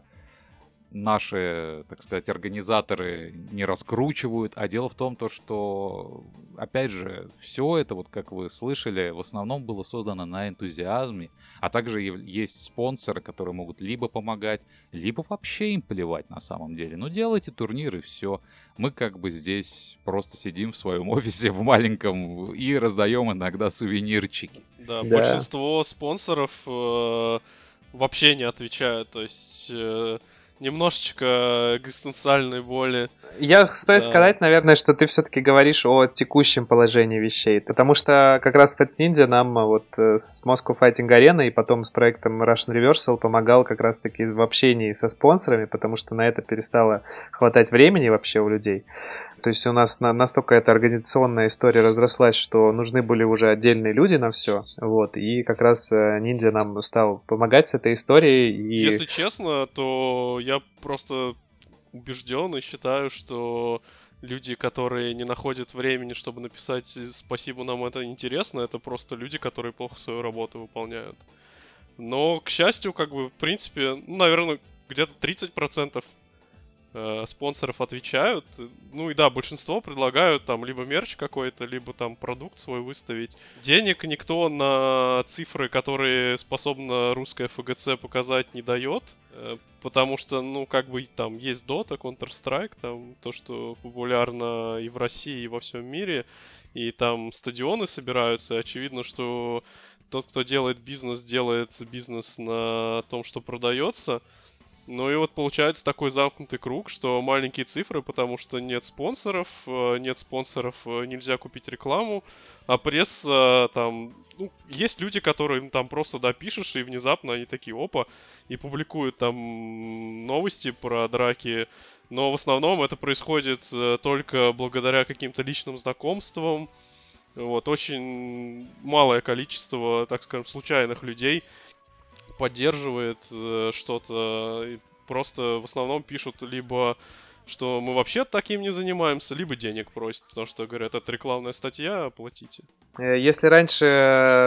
наши, так сказать, организаторы не раскручивают, а дело в том, то, что, опять же, все это, вот как вы слышали, в основном было создано на энтузиазме, а также е- есть спонсоры, которые могут либо помогать, либо вообще им плевать на самом деле. Ну, делайте турниры, все. Мы как бы здесь просто сидим в своем офисе в маленьком и раздаем иногда сувенирчики. Да, Да. большинство спонсоров э, вообще не отвечают, то есть э, немножечко экзистенциальной боли. Я стоит Да. сказать, наверное, что ты все-таки говоришь о текущем положении вещей, потому что как раз Fat Ninja нам а, вот э, с Moscow Fighting Arena и потом с проектом Russian Reversal помогал как раз-таки в общении со спонсорами, потому что на это перестало хватать времени вообще у людей. То есть у нас на- настолько эта организационная история разрослась, что нужны были уже отдельные люди на все, вот, и как раз э, Ниндзя нам стал помогать с этой историей, и... Если честно, то я просто убежден и считаю, что люди, которые не находят времени, чтобы написать «спасибо, нам это интересно», это просто люди, которые плохо свою работу выполняют. Но, к счастью, как бы, в принципе, ну, наверное, где-то тридцать процентов э, спонсоров отвечают. Ну и да, большинство предлагают там либо мерч какой-то, либо там продукт свой выставить. Денег никто на цифры, которые способна русская эф гэ цэ показать, не дает. э, Потому что, ну, как бы там есть Dota, Counter-Strike, там то, что популярно и в России, и во всем мире. И там стадионы собираются. И очевидно, что тот, кто делает бизнес, делает бизнес на том, что продается. Ну и вот получается такой замкнутый круг, что маленькие цифры, потому что нет спонсоров, э, нет спонсоров, э, нельзя купить рекламу, а пресса там, ну, есть люди, которые ну, там просто допишешь, и внезапно они такие, опа, и публикуют там новости про драки, но в основном это происходит э, только благодаря каким-то личным знакомствам, вот, очень малое количество, так скажем, случайных людей поддерживает э, что-то, и просто в основном пишут либо, что мы вообще таким не занимаемся, либо денег просят, потому что говорят, это рекламная статья, оплатите. Если раньше э,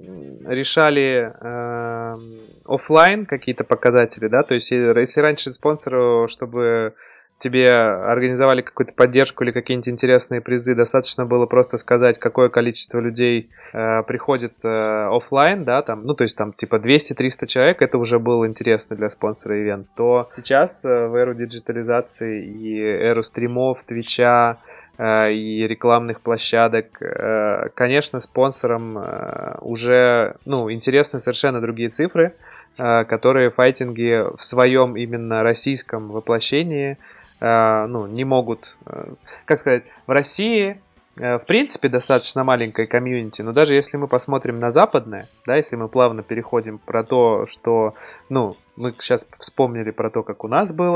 решали э, оффлайн какие-то показатели, да, то есть э, если раньше спонсору, чтобы тебе организовали какую-то поддержку или какие-нибудь интересные призы, достаточно было просто сказать, какое количество людей э, приходит э, оффлайн, да, там, ну, то есть там типа двести-триста человек, это уже было интересно для спонсора ивент, то сейчас э, в эру диджитализации и эру стримов, твича э, и рекламных площадок, э, конечно, спонсорам э, уже, ну, интересны совершенно другие цифры, э, которые файтинги в своем именно российском воплощении ну, не могут, как сказать, в России, в принципе, достаточно маленькая комьюнити, но даже если мы посмотрим на западное, да, если мы плавно переходим про то, что, ну, мы сейчас вспомнили про то, как у нас было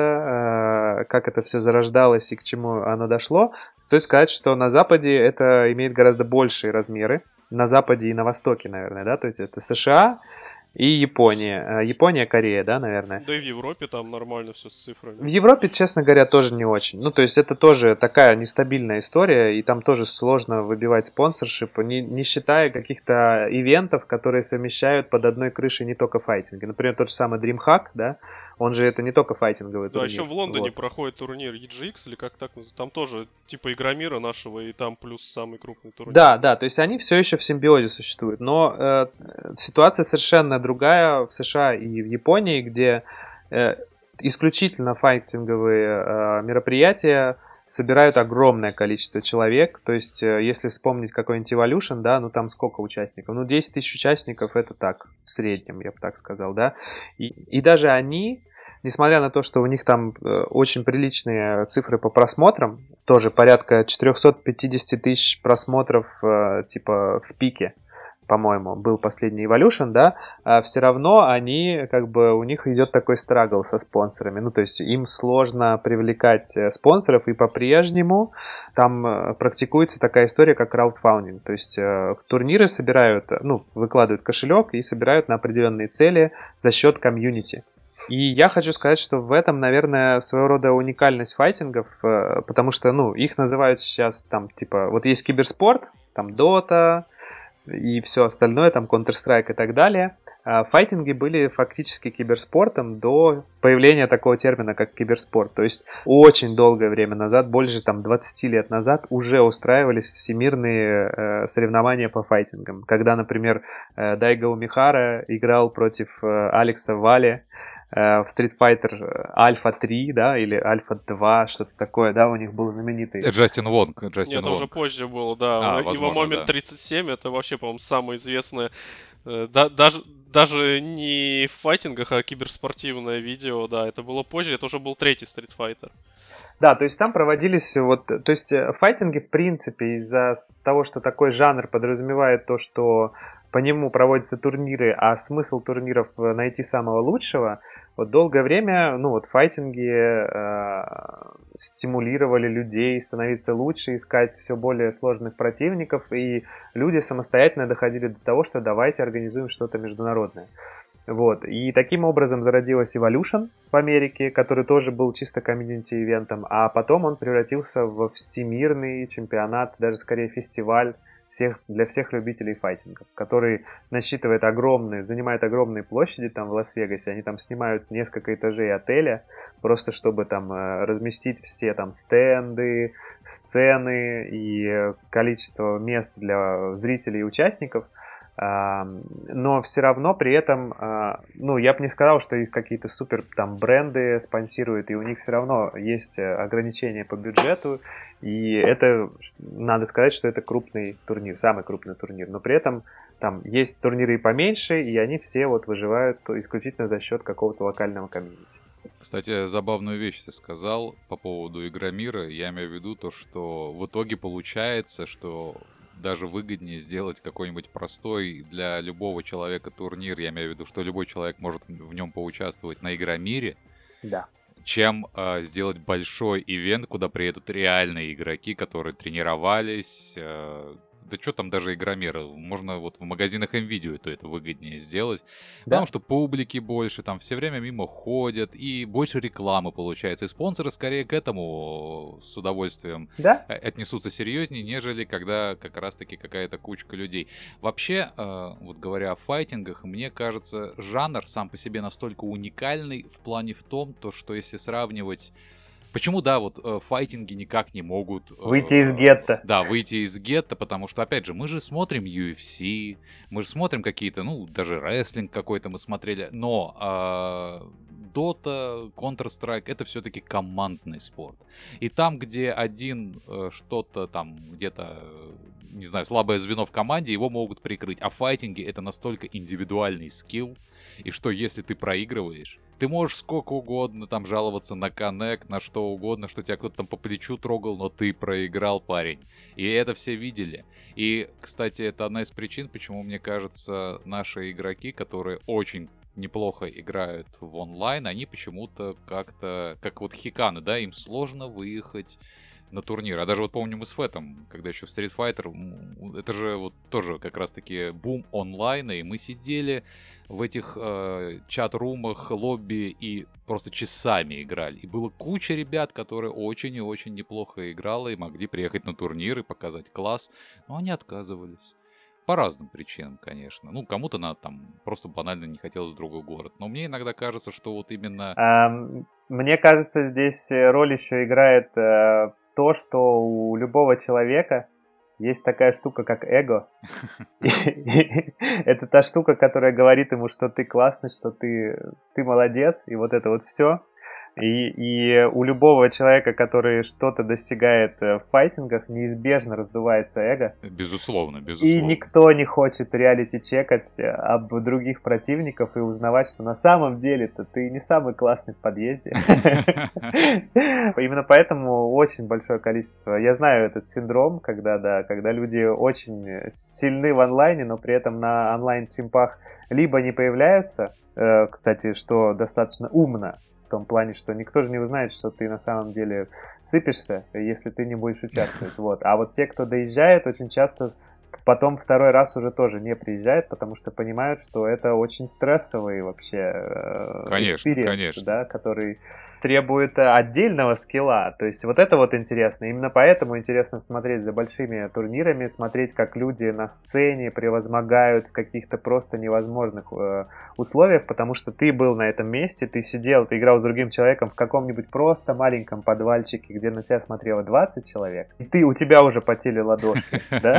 это, как это все зарождалось и к чему оно дошло, стоит сказать, что на Западе это имеет гораздо большие размеры, на Западе и на Востоке, наверное, да, то есть это США, и Япония. Япония, Корея, да, наверное. Да и в Европе там нормально все с цифрами. В Европе, честно говоря, тоже не очень. Ну, то есть это тоже такая нестабильная история, и там тоже сложно выбивать спонсоршип, не, не считая каких-то ивентов, которые совмещают под одной крышей не только файтинги. Например, тот же самый DreamHack, да, он же это не только файтинговый да, турнир. Да, еще в Лондоне вот. проходит турнир и джи икс, или как так называется. Там тоже типа Игромира нашего, и там плюс самый крупный турнир. Да, да, то есть они все еще в симбиозе существуют. Но э, ситуация совершенно другая в США и в Японии, где э, исключительно файтинговые э, мероприятия собирают огромное количество человек. То есть, э, если вспомнить какой-нибудь Evolution, да, ну там сколько участников? Ну, десять тысяч участников, это так, в среднем, я бы так сказал, да. И, и даже они, несмотря на то, что у них там э, очень приличные цифры по просмотрам, тоже порядка четыреста пятьдесят тысяч просмотров, э, типа, в пике, по-моему, был последний Evolution, да, а все равно они, как бы, у них идет такой страгл со спонсорами, ну, то есть им сложно привлекать спонсоров, и по-прежнему там практикуется такая история, как краудфандинг, то есть э, турниры собирают, ну, выкладывают кошелек и собирают на определенные цели за счет комьюнити. И я хочу сказать, что в этом, наверное, своего рода уникальность файтингов, э, потому что, ну, их называют сейчас там, типа, вот есть киберспорт, там Dota, и все остальное, там Counter-Strike и так далее. А файтинги были фактически киберспортом до появления такого термина, как киберспорт. То есть очень долгое время назад, больше там двадцать лет назад, уже устраивались всемирные э, соревнования по файтингам. Когда, например, э, Дайго Умихара играл против э, Алекса Вали э, в Street Fighter Альфа три, да, или Альфа два, что-то такое, да, у них был знаменитый. Джастин Вонг. Джастин Нет, это Вонг. уже позже было, да. А, Его возможно, момент да. тридцать семь, это вообще, по-моему, самое известное. э, Да, даже, даже не в файтингах, а киберспортивное видео, да, это было позже, это уже был третий Street Fighter. Да, то есть там проводились вот, то есть файтинги в принципе из-за того, что такой жанр подразумевает то, что по нему проводятся турниры, а смысл турниров найти самого лучшего, вот долгое время, ну вот файтинги э, стимулировали людей становиться лучше, искать все более сложных противников, и люди самостоятельно доходили до того, что давайте организуем что-то международное. Вот. И таким образом зародилась Evolution в Америке, который тоже был чисто комьюнити-ивентом, а потом он превратился в всемирный чемпионат, даже скорее фестиваль всех, для всех любителей файтингов, который насчитывает огромные, занимает огромные площади там в Лас-Вегасе. Они там снимают несколько этажей отеля, просто чтобы там разместить все там стенды, сцены и количество мест для зрителей и участников. Но все равно при этом, ну, я бы не сказал, что их какие-то супер там бренды спонсируют, и у них все равно есть ограничения по бюджету, и это, надо сказать, что это крупный турнир, самый крупный турнир, но при этом там есть турниры и поменьше, и они все вот выживают исключительно за счет какого-то локального комьюнити. Кстати, забавную вещь ты сказал по поводу Игромира. Я имею в виду то, что в итоге получается, что даже выгоднее сделать какой-нибудь простой для любого человека турнир. Я имею в виду, что любой человек может в нем поучаствовать на Игромире. Да. Чем э, сделать большой ивент, куда приедут реальные игроки, которые тренировались. Э, да что там даже Игромир, можно вот в магазинах МВидео то это выгоднее сделать. Да. Потому что публики больше, там все время мимо ходят, и больше рекламы получается. И спонсоры скорее к этому с удовольствием Да? отнесутся серьезнее, нежели когда как раз-таки какая-то кучка людей. Вообще, э, вот говоря о файтингах, мне кажется, жанр сам по себе настолько уникальный в плане в том, то, что если сравнивать... Почему, да, вот э, файтинги никак не могут... Э, Выйти из гетто. Да, выйти из гетто, потому что, опять же, мы же смотрим ю эф си, мы же смотрим какие-то, ну, даже рестлинг какой-то мы смотрели, но э, Dota, Counter-Strike — это все-таки командный спорт. И там, где один э, что-то там где-то, э, не знаю, слабое звено в команде, его могут прикрыть. А файтинги — это настолько индивидуальный скилл, и что если ты проигрываешь, ты можешь сколько угодно там жаловаться на коннект, на что угодно, что тебя кто-то там по плечу трогал, но ты проиграл, парень. И это все видели. И, кстати, это одна из причин, почему, мне кажется, наши игроки, которые очень неплохо играют в онлайн, они почему-то как-то, как вот хиканы, да, им сложно выехать на турнир. А даже вот помню мы с Фэтом, когда еще в Street Fighter, это же вот тоже как раз-таки бум онлайна, и мы сидели в этих э, чат-румах, лобби и просто часами играли. И было куча ребят, которые очень и очень неплохо играли и могли приехать на турнир и показать класс, но они отказывались. По разным причинам, конечно. Ну, кому-то надо там просто банально не хотелось в другой город. Но мне иногда кажется, что вот именно... Эм, мне кажется, здесь роль еще играет э, то, что у любого человека есть такая штука, как эго. Это та штука, которая говорит ему, что ты классный, что ты молодец, и вот это вот все. И, и у любого человека, который что-то достигает в файтингах, неизбежно раздувается эго. Безусловно, безусловно. И никто не хочет реалити-чекать об других противников и узнавать, что на самом деле-то ты не самый классный в подъезде. Именно поэтому очень большое количество... Я знаю этот синдром, когда, да, когда люди очень сильны в онлайне, но при этом на онлайн-чимпах либо не появляются, кстати, что достаточно умно, в том плане, что никто же не узнает, что ты на самом деле сыпешься, если ты не будешь участвовать. Вот. А вот те, кто доезжает, очень часто с... потом второй раз уже тоже не приезжают, потому что понимают, что это очень стрессовый вообще конечно, экспириенс, конечно. Да, который требует отдельного скилла. То есть вот это вот интересно. Именно поэтому интересно смотреть за большими турнирами, смотреть, как люди на сцене превозмогают в каких-то просто невозможных э, условиях, потому что ты был на этом месте, ты сидел, ты играл с другим человеком в каком-нибудь просто маленьком подвальчике, где на тебя смотрело двадцать человек, и ты, у тебя уже потели ладошки, да?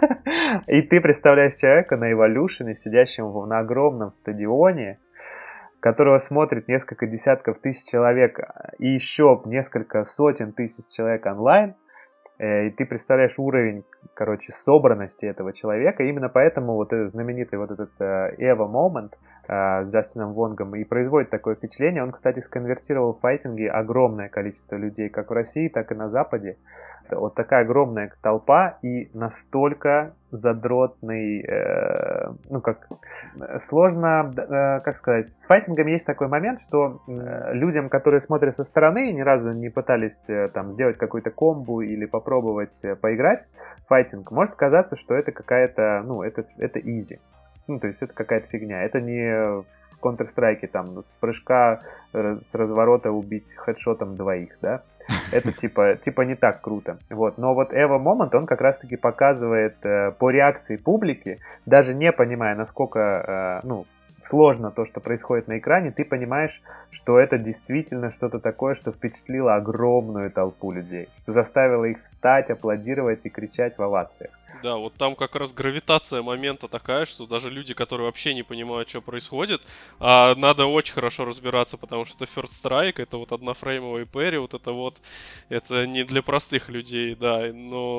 И ты представляешь человека на Evolution, сидящего на огромном стадионе, которого смотрит несколько десятков тысяч человек и еще несколько сотен тысяч человек онлайн, и ты представляешь уровень, короче, собранности этого человека. Именно поэтому вот этот знаменитый вот этот Evo Moment с Джастином Вонгом и производит такое впечатление. Он, кстати, сконвертировал в файтинги огромное количество людей, как в России, так и на Западе. Вот такая огромная толпа и настолько задротный, э, ну как, сложно, э, как сказать, с файтингом есть такой момент, что э, людям, которые смотрят со стороны и ни разу не пытались э, там сделать какую-то комбу или попробовать э, поиграть в файтинг, может казаться, что это какая-то, ну, это, это изи. Ну, то есть это какая-то фигня. Это не в Counter-Strike там с прыжка, с разворота убить хедшотом двоих, да? Это типа, типа не так круто. Вот. Но вот Evo Moment, он как раз-таки показывает э, по реакции публики, даже не понимая, насколько, э, ну, сложно то, что происходит на экране, ты понимаешь, что это действительно что-то такое, что впечатлило огромную толпу людей, что заставило их встать, аплодировать и кричать в овациях. Да, вот там как раз гравитация момента такая, что даже люди, которые вообще не понимают, что происходит, а надо очень хорошо разбираться, потому что это First Strike, это вот однофреймовый пэри, вот это вот, это не для простых людей, да, но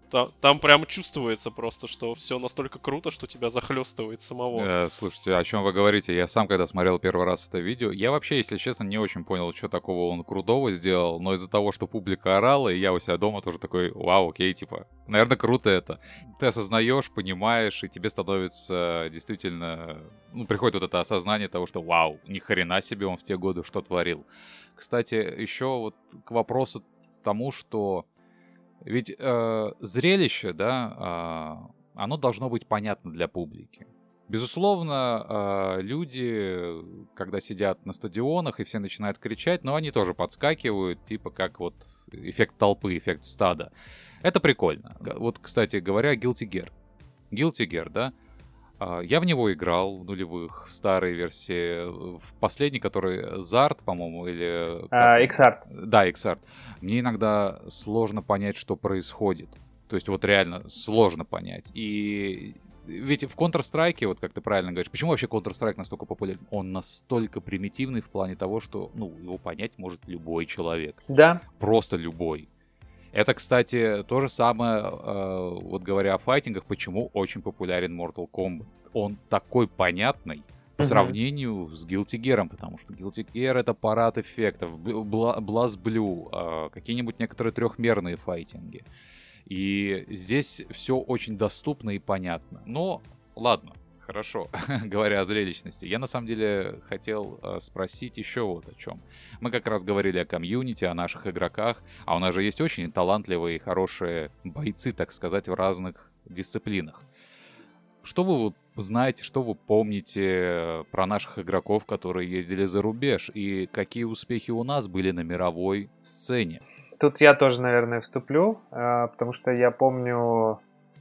Там, там прям чувствуется просто, что все настолько круто, что тебя захлестывает самого. Э, слушайте, о чем вы говорите? Я сам, когда смотрел первый раз это видео, я вообще, если честно, не очень понял, что такого он крутого сделал, но из-за того, что публика орала, и я у себя дома тоже такой, вау, окей, типа, наверное, круто это. Ты осознаешь, понимаешь, и тебе становится действительно, ну, приходит вот это осознание того, что вау, ни хрена себе он в те годы что творил. Кстати, еще вот к вопросу тому, что ведь э, зрелище, да, э, оно должно быть понятно для публики. Безусловно, э, люди, когда сидят на стадионах и все начинают кричать, но они тоже подскакивают, типа как вот эффект толпы, эффект стада. Это прикольно. Вот, кстати говоря, Guilty Gear. Guilty Gear, да? Я в него играл в нулевых, в старой версии, в последней, который Zard, по-моему, или... А, X-Art. Да, X-Art. Мне иногда сложно понять, что происходит. То есть вот реально сложно понять. И ведь в Counter-Strike, вот как ты правильно говоришь, почему вообще Counter-Strike настолько популярен? Он настолько примитивный в плане того, что ну, его понять может любой человек. Да. Просто любой. Это, кстати, то же самое, э, вот говоря о файтингах, почему очень популярен Mortal Kombat. Он такой понятный по mm-hmm. сравнению с Guilty Gear, потому что Guilty Gear — это парад эффектов, Blast Blue, э, какие-нибудь некоторые трехмерные файтинги. И здесь все очень доступно и понятно. Но, ладно. Хорошо, говоря о зрелищности, я на самом деле хотел э, спросить еще вот о чем. Мы как раз говорили о комьюнити, о наших игроках, а у нас же есть очень талантливые и хорошие бойцы, так сказать, в разных дисциплинах. Что вы знаете, что вы помните про наших игроков, которые ездили за рубеж, и какие успехи у нас были на мировой сцене? Тут я тоже, наверное, вступлю, э, потому что я помню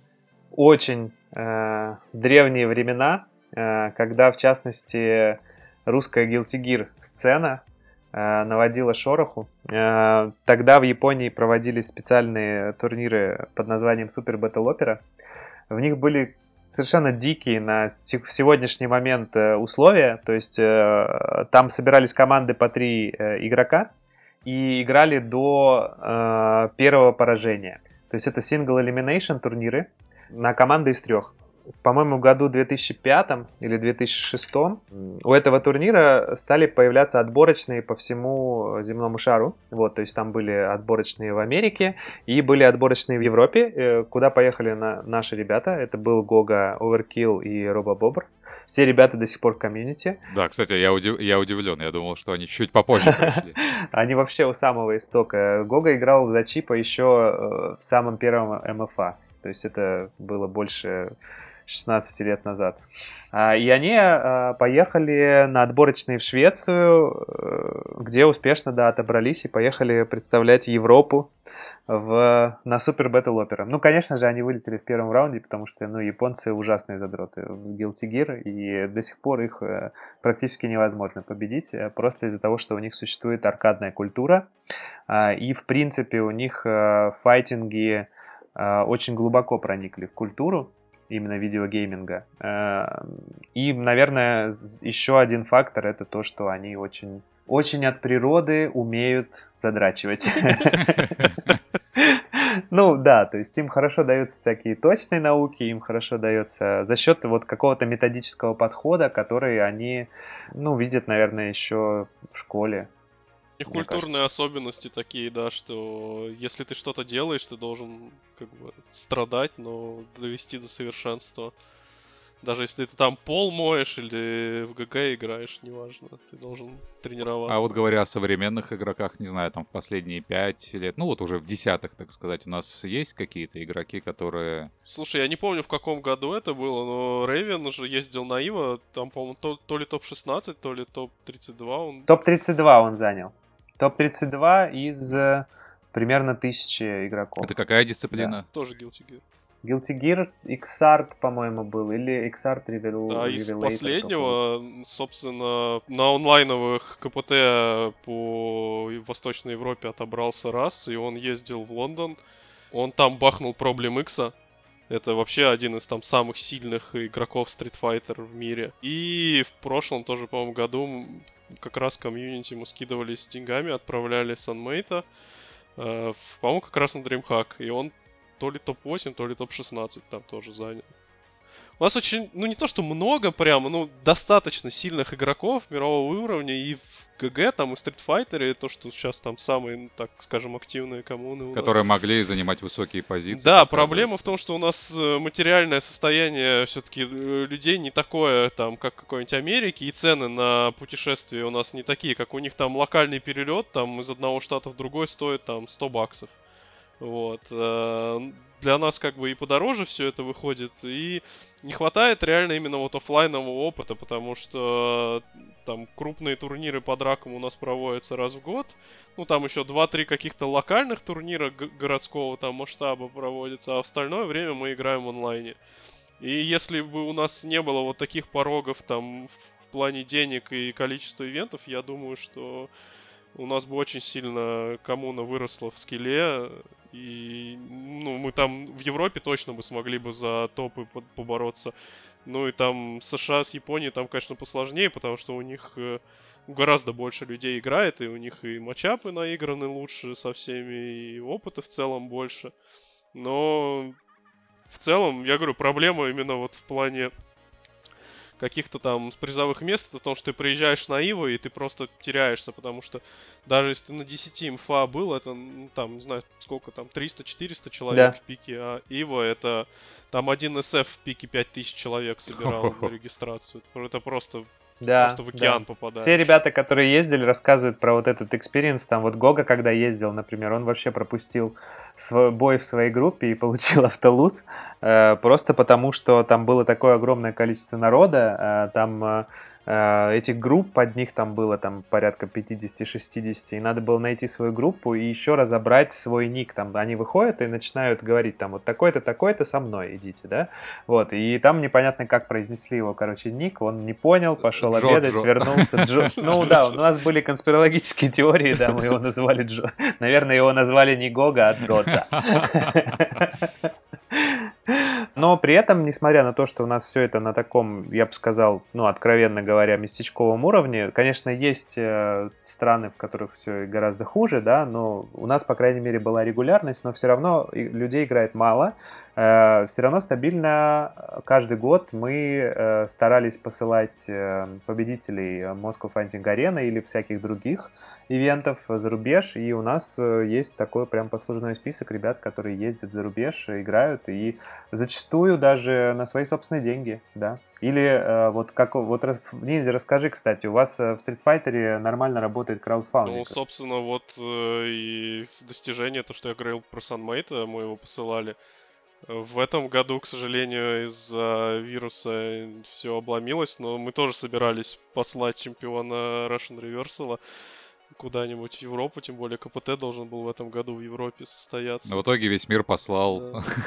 очень э, древние времена, э, когда, в частности, русская Guilty Gear сцена э, наводила шороху. Э, тогда в Японии проводились специальные турниры под названием Super Battle Opera. В них были совершенно дикие на сегодняшний момент условия. То есть э, там собирались команды по три э, игрока и играли до э, первого поражения. То есть это single elimination турниры на команды из трех. По-моему, в году две тысячи пятом или две тысячи шестом у этого турнира стали появляться отборочные по всему земному шару. Вот, то есть там были отборочные в Америке и были отборочные в Европе, куда поехали на наши ребята. Это был Гога, Overkill и Робобобр. Все ребята до сих пор в комьюнити. Да, кстати, я, удив... я удивлен. Я думал, что они чуть попозже пришли. Они вообще у самого истока. Гога играл за Чипа еще в самом первом эм эф а. То есть это было больше шестнадцать лет назад. И они поехали на отборочные в Швецию, где успешно, да, отобрались и поехали представлять Европу в, на Super Battle Opera. Ну, конечно же, они вылетели в первом раунде, потому что, ну, японцы ужасные задроты в Guilty Gear, и до сих пор их практически невозможно победить, просто из-за того, что у них существует аркадная культура, и, в принципе, у них файтинги очень глубоко проникли в культуру именно видеогейминга. И, наверное, еще один фактор — это то, что они очень, очень от природы умеют задрачивать. Ну да, то есть им хорошо даются всякие точные науки, им хорошо дается за счет вот какого-то методического подхода, который они, ну, видят, наверное, еще в школе. У них культурные кажется. Особенности такие, да, что если ты что-то делаешь, ты должен как бы страдать, но довести до совершенства. Даже если ты там пол моешь или в ГГ играешь, неважно, ты должен тренироваться. А вот говоря о современных игроках, не знаю, там в последние пять лет, ну вот уже в десятых, так сказать, у нас есть какие-то игроки, которые... Слушай, я не помню, в каком году это было, но Рейвен же ездил на Ива, там, по-моему, то, то ли топ шестнадцать, то ли топ тридцать два. Он... топ тридцать два он занял. топ тридцать два из э, примерно тысячи игроков. Это какая дисциплина? Да. Тоже Guilty Gear. Guilty Gear, X-Art, по-моему, был, или X-Art Revel... Да, из последнего, собственно, на онлайновых КПТ по Восточной Европе отобрался раз, и он ездил в Лондон. Он там бахнул Problem X. Это вообще один из там самых сильных игроков Street Fighter в мире. И в прошлом тоже, по-моему, году как раз в комьюнити мы скидывались с деньгами, отправляли Санмейта, э, по-моему, как раз на DreamHack. И он то ли топ восемь, то ли топ шестнадцать там тоже занял. У нас очень, ну не то что много прямо, ну достаточно сильных игроков мирового уровня и в ГГ, там и в Street Fighter, и то, что сейчас там самые, ну, так скажем, активные коммуны у Которые нас. могли занимать высокие позиции. Да, проблема в том, что у нас материальное состояние все-таки людей не такое, там, как в какой-нибудь Америке, и цены на путешествия у нас не такие, как у них там локальный перелет, там из одного штата в другой стоит там сто баксов. Вот. Для нас как бы и подороже все это выходит, и не хватает реально именно вот оффлайнового опыта, потому что там крупные турниры по дракам у нас проводятся раз в год. Ну, там еще два-три каких-то локальных турнира г- городского там масштаба проводятся, а в остальное время мы играем в онлайне. И если бы у нас не было вот таких порогов там в, в плане денег и количества ивентов, я думаю, что у нас бы очень сильно коммуна выросла в скилле, и ну, мы там в Европе точно бы смогли бы за топы побороться. Ну и там США с Японией там, конечно, посложнее, потому что у них гораздо больше людей играет, и у них и матчапы наиграны лучше со всеми, и опыта в целом больше. Но в целом, я говорю, проблема именно вот в плане каких-то там призовых мест, это в том, что ты приезжаешь на Иво, и ты просто теряешься, потому что даже если ты на десяти инфа был, это, ну, там, не знаю, сколько там, триста-четыреста человек Да. в пике, а Иво это, там один эс эф в пике пять тысяч человек собирал на регистрацию. Это просто... Да, Просто в океан да. попадаешь. Все ребята, которые ездили, рассказывают про вот этот экспириенс. Там вот Гога, когда ездил, например, он вообще пропустил свой бой в своей группе и получил автолуз. Э, просто потому, что там было такое огромное количество народа. Э, там э, этих групп одних там было там порядка пятьдесят-шестьдесят. И надо было найти свою группу и еще разобрать свой ник. Там они выходят и начинают говорить, там вот такой-то, такой-то со мной идите, да? Вот, и там непонятно, как произнесли его, короче, ник. Он не понял, пошел Джо, обедать, Джо. вернулся. Джо. Ну да, у нас были конспирологические теории, да, мы его называли Джо. Наверное, его назвали не Гога, а Джоджа. Но при этом, несмотря на то, что у нас все это на таком, я бы сказал, ну, откровенно говоря, местечковом уровне, конечно, есть э, страны, в которых все гораздо хуже, да, но у нас, по крайней мере, была регулярность, но все равно людей играет мало. Э, все равно стабильно каждый год мы э, старались посылать э, победителей Moscow Fighting Arena или всяких других ивентов за рубеж, и у нас есть такой прям послужной список ребят, которые ездят за рубеж, играют, и зачастую даже на свои собственные деньги, да. Или э, вот как, вот Ниндзя, расскажи, кстати, у вас в Street Fighter нормально работает краудфандинг? Ну, собственно, вот э, и достижение, то, что я говорил про Sunmate, мы его посылали. В этом году, к сожалению, из-за вируса все обломилось, но мы тоже собирались послать чемпиона Russian Reversal куда-нибудь в Европу, тем более КПТ должен был в этом году в Европе состояться. Но в итоге весь мир послал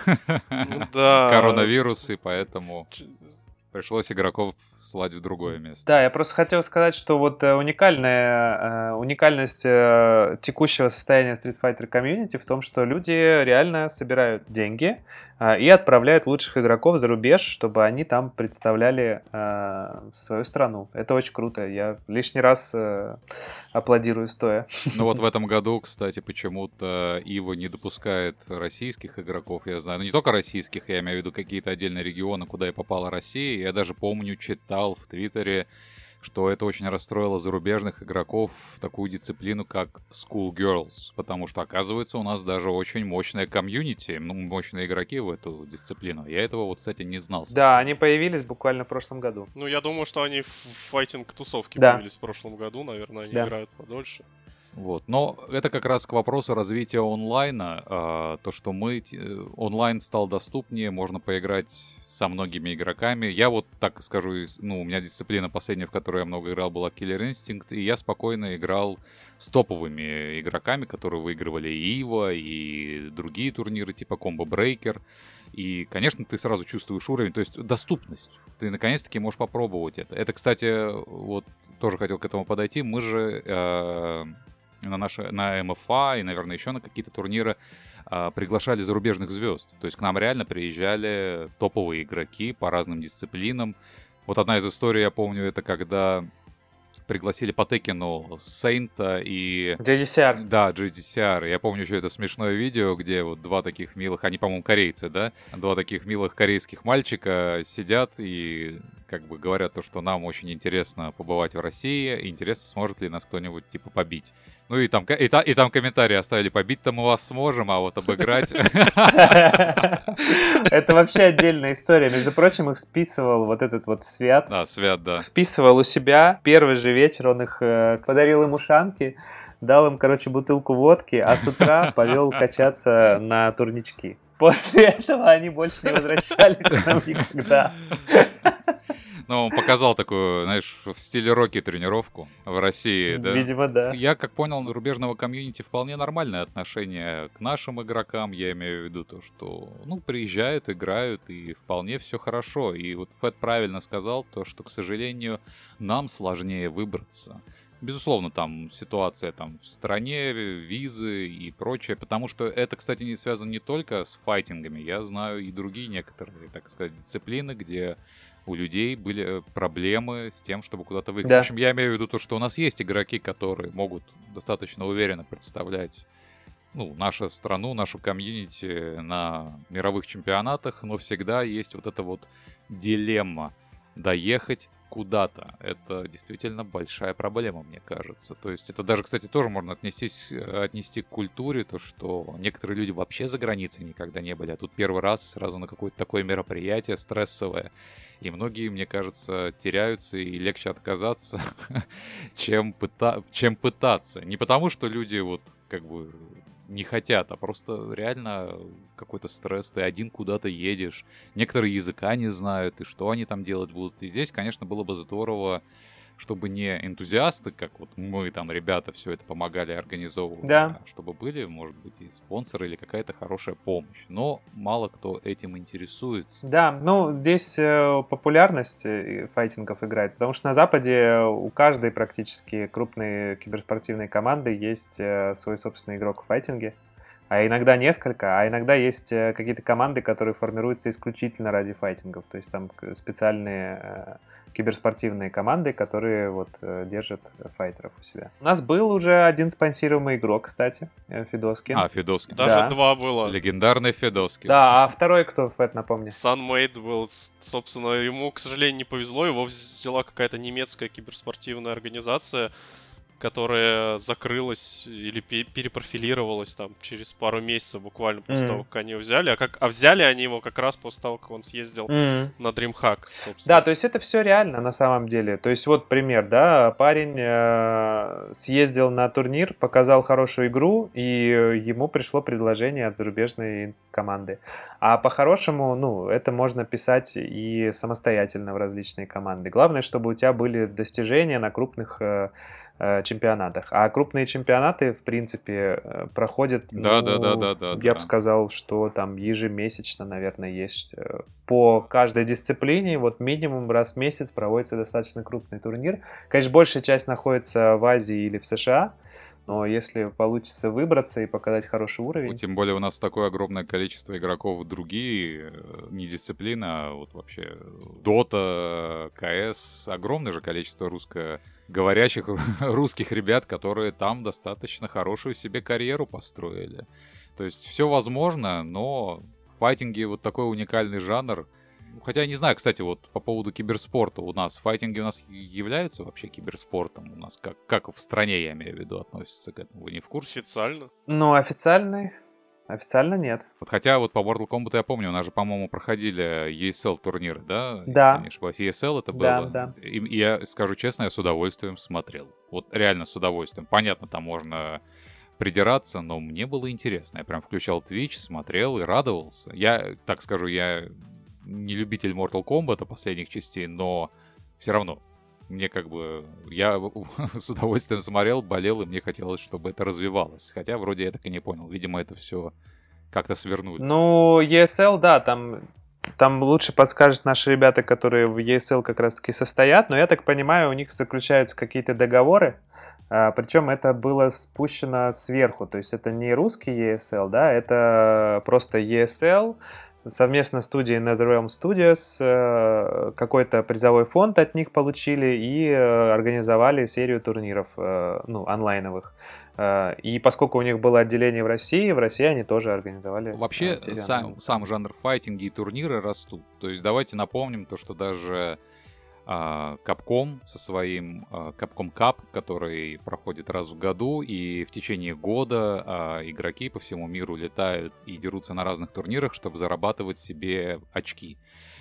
Ну да. коронавирус, и поэтому пришлось игроков слать в другое место. Да, я просто хотел сказать, что вот уникальная, э, уникальность э, текущего состояния Street Fighter комьюнити в том, что люди реально собирают деньги э, и отправляют лучших игроков за рубеж, чтобы они там представляли э, свою страну. Это очень круто. Я лишний раз э, аплодирую стоя. Ну вот в этом году, кстати, почему-то Иво не допускает российских игроков, я знаю. Ну не только российских, я имею в виду какие-то отдельные регионы, куда и попала Россия. Я даже помню, читал в Твиттере, что это очень расстроило зарубежных игроков в такую дисциплину, как Schoolgirls, потому что, оказывается, у нас даже очень мощная комьюнити, ну, мощные игроки в эту дисциплину. Я этого вот, кстати, не знал совсем. Да, они появились буквально в прошлом году. Ну, я думаю, что они в файтинг-тусовке Да. появились в прошлом году, наверное, они Да. играют подольше. Вот. Но это как раз к вопросу развития онлайна. А, то, что мы... т- онлайн стал доступнее, можно поиграть со многими игроками. Я вот так скажу, из- ну, у меня дисциплина последняя, в которой я много играл, была Killer Instinct, и я спокойно играл с топовыми игроками, которые выигрывали и Иво, и другие турниры типа Combo Breaker. И, конечно, ты сразу чувствуешь уровень, то есть доступность. Ты наконец-таки можешь попробовать это. Это, кстати, вот тоже хотел к этому подойти. Мы же э, на, наши, на эм эф а и, наверное, еще на какие-то турниры э, приглашали зарубежных звезд. То есть к нам реально приезжали топовые игроки по разным дисциплинам. Вот одна из историй, я помню, это когда пригласили по Текену Сейнта и... джей ди си ар. Да, джей ди си ар. Я помню еще это смешное видео, где вот два таких милых, они, по-моему, корейцы, да? Два таких милых корейских мальчика сидят и как бы говорят то, что нам очень интересно побывать в России, и интересно, сможет ли нас кто-нибудь типа побить. Ну и там, и, та, и там комментарии оставили: побить-то мы вас сможем, а вот обыграть... Это вообще отдельная история. Между прочим, их списывал вот этот вот Свят. Да, Свят, да. Списывал у себя. Первый же вечер он их подарил им ушанки, дал им, короче, бутылку водки, а с утра повел качаться на турнички. После этого они больше не возвращались к нам никогда. Ну, он показал такую, знаешь, в стиле Рокки тренировку в России, да? Видимо, да. Я, как понял, у зарубежного комьюнити вполне нормальное отношение к нашим игрокам. Я имею в виду то, что, ну, приезжают, играют, и вполне все хорошо. И вот Фэт правильно сказал то, что, к сожалению, нам сложнее выбраться. Безусловно, там ситуация там в стране, визы и прочее, потому что это, кстати, не связано не только с файтингами. Я знаю и другие некоторые, так сказать, дисциплины, где у людей были проблемы с тем, чтобы куда-то выехать. Да. В общем, я имею в виду то, что у нас есть игроки, которые могут достаточно уверенно представлять, ну, нашу страну, нашу комьюнити на мировых чемпионатах, но всегда есть вот эта вот дилемма доехать куда-то. Это действительно большая проблема, мне кажется. То есть это даже, кстати, тоже можно отнестись, отнести к культуре, то, что некоторые люди вообще за границей никогда не были, а тут первый раз сразу на какое-то такое мероприятие стрессовое. И многие, мне кажется, теряются, и легче отказаться, чем, пыта... чем пытаться. Не потому, что люди вот как бы не хотят, а просто реально какой-то стресс. Ты один куда-то едешь, некоторые языка не знают, и что они там делать будут. И здесь, конечно, было бы здорово, чтобы не энтузиасты, как вот мы там, ребята, все это помогали организовывать, да. а чтобы были, может быть, и спонсоры или какая-то хорошая помощь. Но мало кто этим интересуется. Да, ну здесь э, популярность э, файтингов играет, потому что на Западе у каждой практически крупной киберспортивной команды есть э, свой собственный игрок в файтинге. А иногда несколько, а иногда есть э, какие-то команды, которые формируются исключительно ради файтингов. То есть там специальные э, киберспортивные команды, которые вот э, держат файтеров у себя. У нас был уже один спонсируемый игрок, кстати, э, Федоскин. А, Федоскин. Даже Да. два было. Легендарный Федоскин. Да, а второй кто, Фэт, напомни? Sunmade был, с- собственно, ему, к сожалению, не повезло, его взяла какая-то немецкая киберспортивная организация, которая закрылась или пе- перепрофилировалась там через пару месяцев буквально после Мгм. того, как они его взяли. А, как, а взяли они его как раз после того, как он съездил М. на DreamHack, собственно. Да, то есть это все реально на самом деле. То есть вот пример, да, парень э, съездил на турнир, показал хорошую игру, и э, ему пришло предложение от зарубежной команды. А по-хорошему, ну, это можно писать и самостоятельно в различные команды. Главное, чтобы у тебя были достижения на крупных э, э, чемпионатах. А крупные чемпионаты, в принципе, э, проходят, Да, ну, да, да, да, да, я да. бы сказал, что там ежемесячно, наверное, есть э, по каждой дисциплине, вот минимум раз в месяц проводится достаточно крупный турнир. Конечно, большая часть находится в Азии или в США, но если получится выбраться и показать хороший Ну, уровень... тем более у нас такое огромное количество игроков в другие, э, не дисциплины, а вот вообще Dota, КС, огромное же количество русскоговорящих русских ребят, которые там достаточно хорошую себе карьеру построили. То есть все возможно, но в файтинге вот такой уникальный жанр. Хотя я не знаю, кстати, вот по поводу киберспорта у нас, файтинги у нас являются вообще киберспортом? У нас как, как в стране, я имею в виду, относятся к этому? Вы не в курсе? Официально. Ну, официальный... Официально нет. Вот хотя вот по Mortal Kombat я помню, у нас же, по-моему, проходили и эс эл турниры, да? Да. Если я не ошибаюсь. и эс эл это Да, было. да. И, и я скажу честно, я с удовольствием смотрел. Вот реально с удовольствием. Понятно, там можно придираться, но мне было интересно. Я прям включал Twitch, смотрел и радовался. Я, так скажу, я не любитель Mortal Kombat последних частей, но все равно мне как бы... Я с удовольствием смотрел, болел, и мне хотелось, чтобы это развивалось. Хотя вроде я так и не понял. Видимо, это все как-то свернули. Ну, и эс эл, да, там, там лучше подскажут наши ребята, которые в и эс эл как раз-таки состоят, но я так понимаю, у них заключаются какие-то договоры, а, причем это было спущено сверху, то есть это не русский и эс эл, да, это просто и эс эл, совместно с студией NetherRealm Studios, э, какой-то призовой фонд от них получили и э, организовали серию турниров, э, ну, онлайновых. Э, и поскольку у них было отделение в России, в России они тоже организовали. Вообще, э, серию сам, онлайновых. сам жанр файтинги и турниры растут. То есть давайте напомним то, что даже а, Capcom со своим а, Capcom Cup, который проходит раз в году, и в течение года а, игроки по всему миру летают и дерутся на разных турнирах, чтобы зарабатывать себе очки.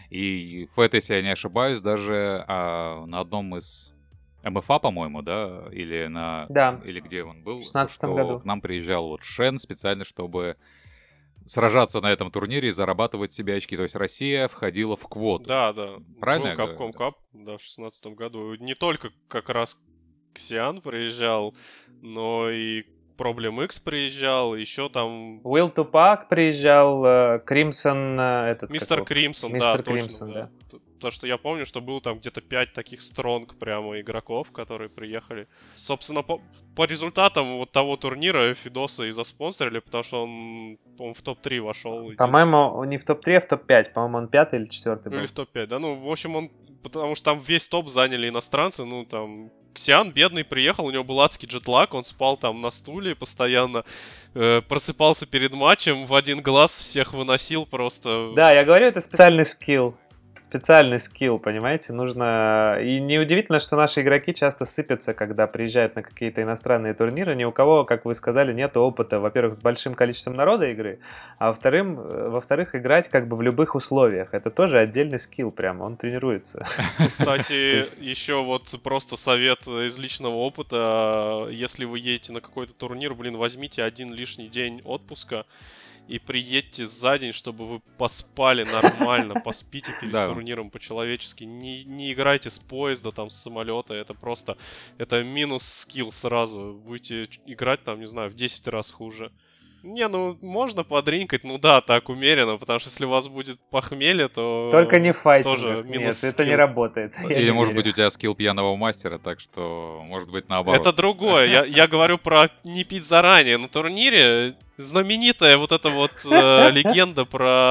И Фэт, если я не ошибаюсь, даже а, на одном из эм эф а, по-моему, да, или на Да. или где он был, В шестнадцатом то, году. к нам приезжал вот Шен специально, чтобы сражаться на этом турнире и зарабатывать себе очки. То есть Россия входила в квоту. Да, да. Правильно Был я Capcom говорю? Cup, да, в шестнадцатом году. Не только как раз Ксиан приезжал, но и Problem X приезжал, еще там Will Tupac приезжал, Кримсон, этот... Мистер как его? Кримсон, Мистер да, Кримсон, точно, да. да. Т- Потому что я помню, что было там где-то пять таких стронг прямо игроков, которые приехали. Собственно, по, по результатам вот того турнира Фидоса и заспонсорили, потому что он, по-моему, в топ три вошел. По-моему, не в топ три, а в топ пять. По-моему, он пятый или четвертый Ну был. или в топ пять, да. Ну, в общем, он... Потому что там весь топ заняли иностранцы, ну, там... Ксиан бедный приехал, у него был адский джетлаг, он спал там на стуле постоянно, э, просыпался перед матчем, в один глаз всех выносил просто. Да, я говорю, это специальный скилл. Специальный скилл, понимаете, нужно... И неудивительно, что наши игроки часто сыпятся, когда приезжают на какие-то иностранные турниры. Ни у кого, как вы сказали, нет опыта, во-первых, с большим количеством народа игры, а во-вторых, во-вторых, играть как бы в любых условиях. Это тоже отдельный скилл прямо, он тренируется. Кстати, еще вот просто совет из личного опыта. Если вы едете на какой-то турнир, блин, возьмите один лишний день отпуска и приедьте за день, чтобы вы поспали нормально, поспите перед Да. турниром по-человечески. Не, не играйте с поезда, там, с самолета. Это просто, это минус скилл сразу. Будете играть там, не знаю, в десять раз хуже. Не, ну, можно подринкать, ну да, так умеренно, потому что если у вас будет похмелье, то... Только не в тоже файтингах. минус Нет, это не скилл. работает. Я Или, не может верю. быть, у тебя скилл пьяного мастера, так что, может быть, наоборот. Это другое. Я, я говорю про не пить заранее. На турнире знаменитая вот эта вот э, легенда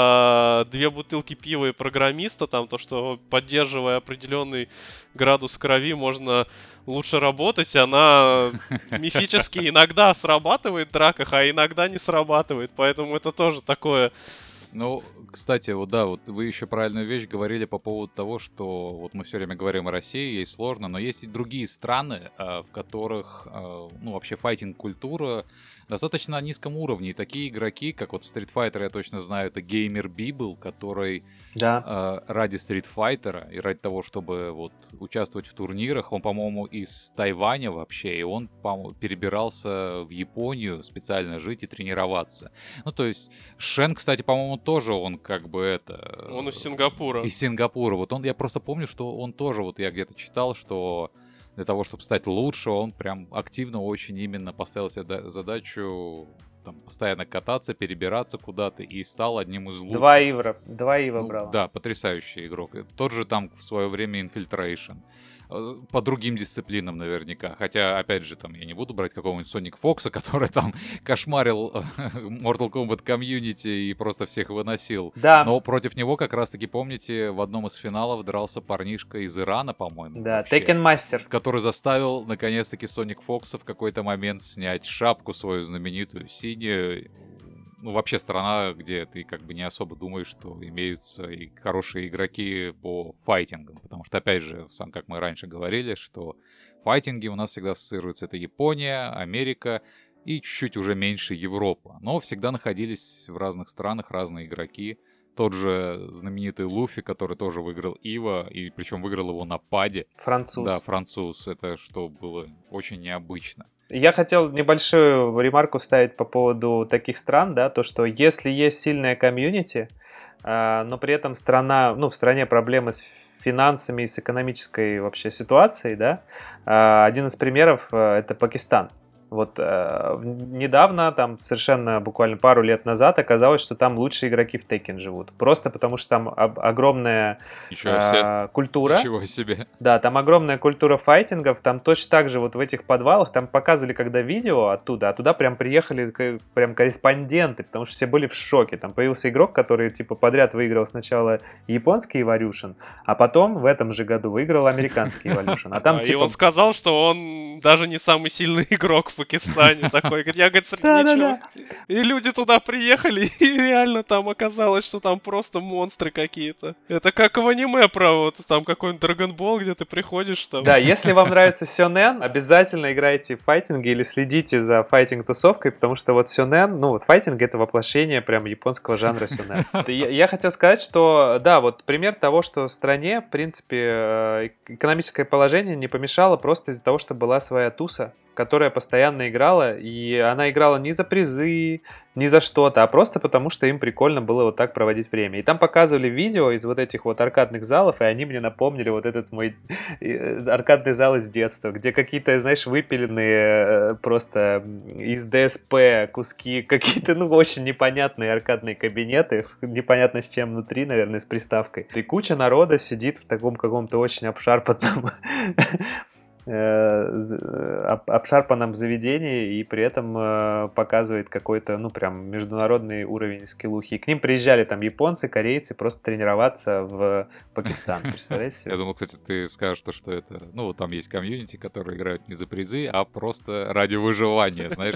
про две бутылки пива и программиста, там то, что поддерживая определенный градус крови можно лучше работать, она мифически иногда срабатывает в драках, а иногда не срабатывает. Поэтому это тоже такое... Ну, кстати, вот да, вот вы еще правильную вещь говорили по поводу того, что вот мы все время говорим о России, ей сложно, но есть и другие страны, э, в которых, э, ну, вообще файтинг-культура достаточно на низком уровне. И такие игроки, как вот в Street Fighter, я точно знаю, это Gamer Bibble, который Да. э, ради Street Fighter и ради того, чтобы вот участвовать в турнирах, он, по-моему, из Тайваня вообще, и он, по-моему, перебирался в Японию специально жить и тренироваться. Ну, то есть Шен, кстати, по-моему, тоже он как бы это... Он из Сингапура. Из Сингапура. Вот он, я просто помню, что он тоже, вот я где-то читал, что для того, чтобы стать лучше, он прям активно очень именно поставил себе да- задачу там, постоянно кататься, перебираться куда-то, и стал одним из лучших. Два ивра. Два ива Ну, брал. да, потрясающий игрок. Тот же там в свое время Infiltration. Э, По другим дисциплинам наверняка. Хотя, опять же, там я не буду брать какого-нибудь Sonic Fox, который там кошмарил э, Mortal Kombat комьюнити и просто всех выносил. Да. Но против него, как раз-таки, помните, в одном из финалов дрался парнишка из Ирана, по-моему. Да, вообще, Tekken Master. который заставил, наконец-таки, Sonic Fox в какой-то момент снять шапку свою знаменитую, синюю. Ну, вообще страна, где ты как бы не особо думаешь, что имеются и хорошие игроки по файтингам. Потому что, опять же, сам как мы раньше говорили, что файтинги у нас всегда ассоциируются. Это Япония, Америка и чуть-чуть уже меньше Европа. Но всегда находились в разных странах разные игроки. Тот же знаменитый Луфи, который тоже выиграл Ива, и причем выиграл его на паде. Француз. Да, француз. Это что было очень необычно. Я хотел небольшую ремарку вставить по поводу таких стран, да, то, что если есть сильная комьюнити, э, но при этом страна, ну, в стране проблемы с финансами и с экономической вообще ситуацией, да, э, один из примеров э, это Пакистан. Вот э, недавно, там совершенно буквально пару лет назад, оказалось, что там лучшие игроки в Tekken живут. Просто потому что там об- огромная э, культура. Ничего себе. Да, там огромная культура файтингов. Там точно так же вот в этих подвалах, там показывали, когда видео оттуда, а туда прям приехали к- прям корреспонденты, потому что все были в шоке. Там появился игрок, который типа подряд выиграл сначала японский Evolution, а потом в этом же году выиграл американский Evolution. А там А, типа... И он сказал, что он даже не самый сильный игрок в Пакистане. Такой, говорит, я, говорит, среди ничего. И люди туда приехали, и реально там оказалось, что там просто монстры какие-то. Это как в аниме про вот там какой-нибудь Dragon Ball, где ты приходишь там. Да, если вам нравится сёнэн, обязательно играйте в файтинги или следите за файтинг-тусовкой, потому что вот сёнэн, ну вот файтинг — это воплощение прям японского жанра сёнэн. Я, я хотел сказать, что да, вот пример того, что в стране, в принципе, экономическое положение не помешало просто из-за того, что была своя туса, которая постоянно играла, и она играла не за призы, не за что-то, а просто потому, что им прикольно было вот так проводить время. И там показывали видео из вот этих вот аркадных залов, и они мне напомнили вот этот мой аркадный зал из детства, где какие-то, знаешь, выпиленные просто из ДСП куски, какие-то, ну, очень непонятные аркадные кабинеты, непонятно с чем внутри, наверное, с приставкой. И куча народа сидит в таком каком-то очень обшарпанном обшарпанном заведении и при этом э, показывает какой-то, ну, прям международный уровень скиллухи. И к ним приезжали там японцы, корейцы просто тренироваться в Пакистан, представляете? Я думал, кстати, ты скажешь, то, что это... Ну, вот там есть комьюнити, которые играют не за призы, а просто ради выживания, знаешь?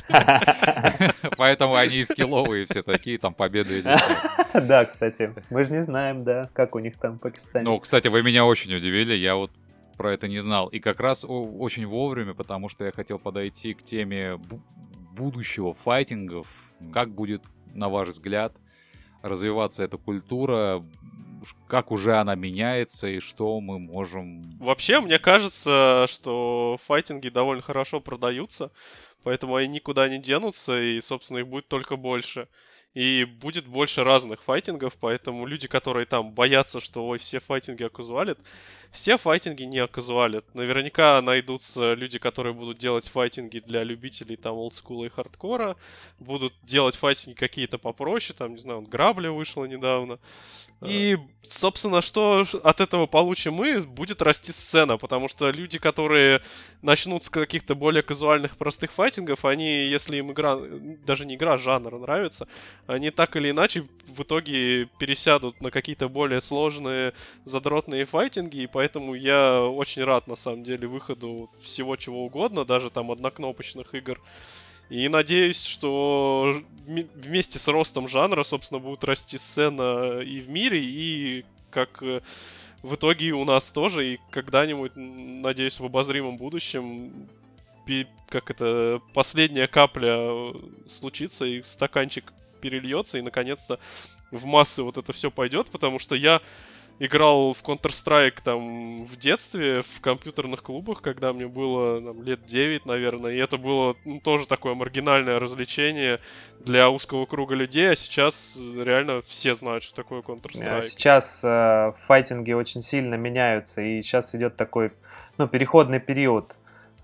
Поэтому они и скилловые все такие, там, победы или смерть. Да, кстати. Мы же не знаем, да, как у них там в Пакистане. Ну, кстати, вы меня очень удивили, я вот про это не знал. И как раз о- очень вовремя, потому что я хотел подойти к теме бу- будущего файтингов. Как будет, на ваш взгляд, развиваться эта культура? Как уже она меняется и что мы можем... Вообще, мне кажется, что файтинги довольно хорошо продаются, поэтому они никуда не денутся, и, собственно, их будет только больше. И будет больше разных файтингов, поэтому люди, которые там боятся, что ой, все файтинги оказуалят, все файтинги не оказуалят. Наверняка найдутся люди, которые будут делать файтинги для любителей там олдскула и хардкора, будут делать файтинги какие-то попроще, там, не знаю, Грабля вышла недавно. И, собственно, что от этого получим мы, будет расти сцена, потому что люди, которые начнут с каких-то более казуальных, простых файтингов, они, если им игра, даже не игра, а жанр нравится, они так или иначе в итоге пересядут на какие-то более сложные, задротные файтинги, и поэтому я очень рад, на самом деле, выходу всего чего угодно, даже там однокнопочных игр. И надеюсь, что вместе с ростом жанра, собственно, будет расти сцена и в мире, и как в итоге у нас тоже, и когда-нибудь, надеюсь, в обозримом будущем, как это, последняя капля случится, и стаканчик перельется, и наконец-то в массы вот это все пойдет, потому что я играл в Counter-Strike там в детстве, в компьютерных клубах, когда мне было там, лет девять, наверное, и это было ну, тоже такое маргинальное развлечение для узкого круга людей, а сейчас реально все знают, что такое Counter-Strike. Сейчас э, файтинги очень сильно меняются, и сейчас идет такой, ну, переходный период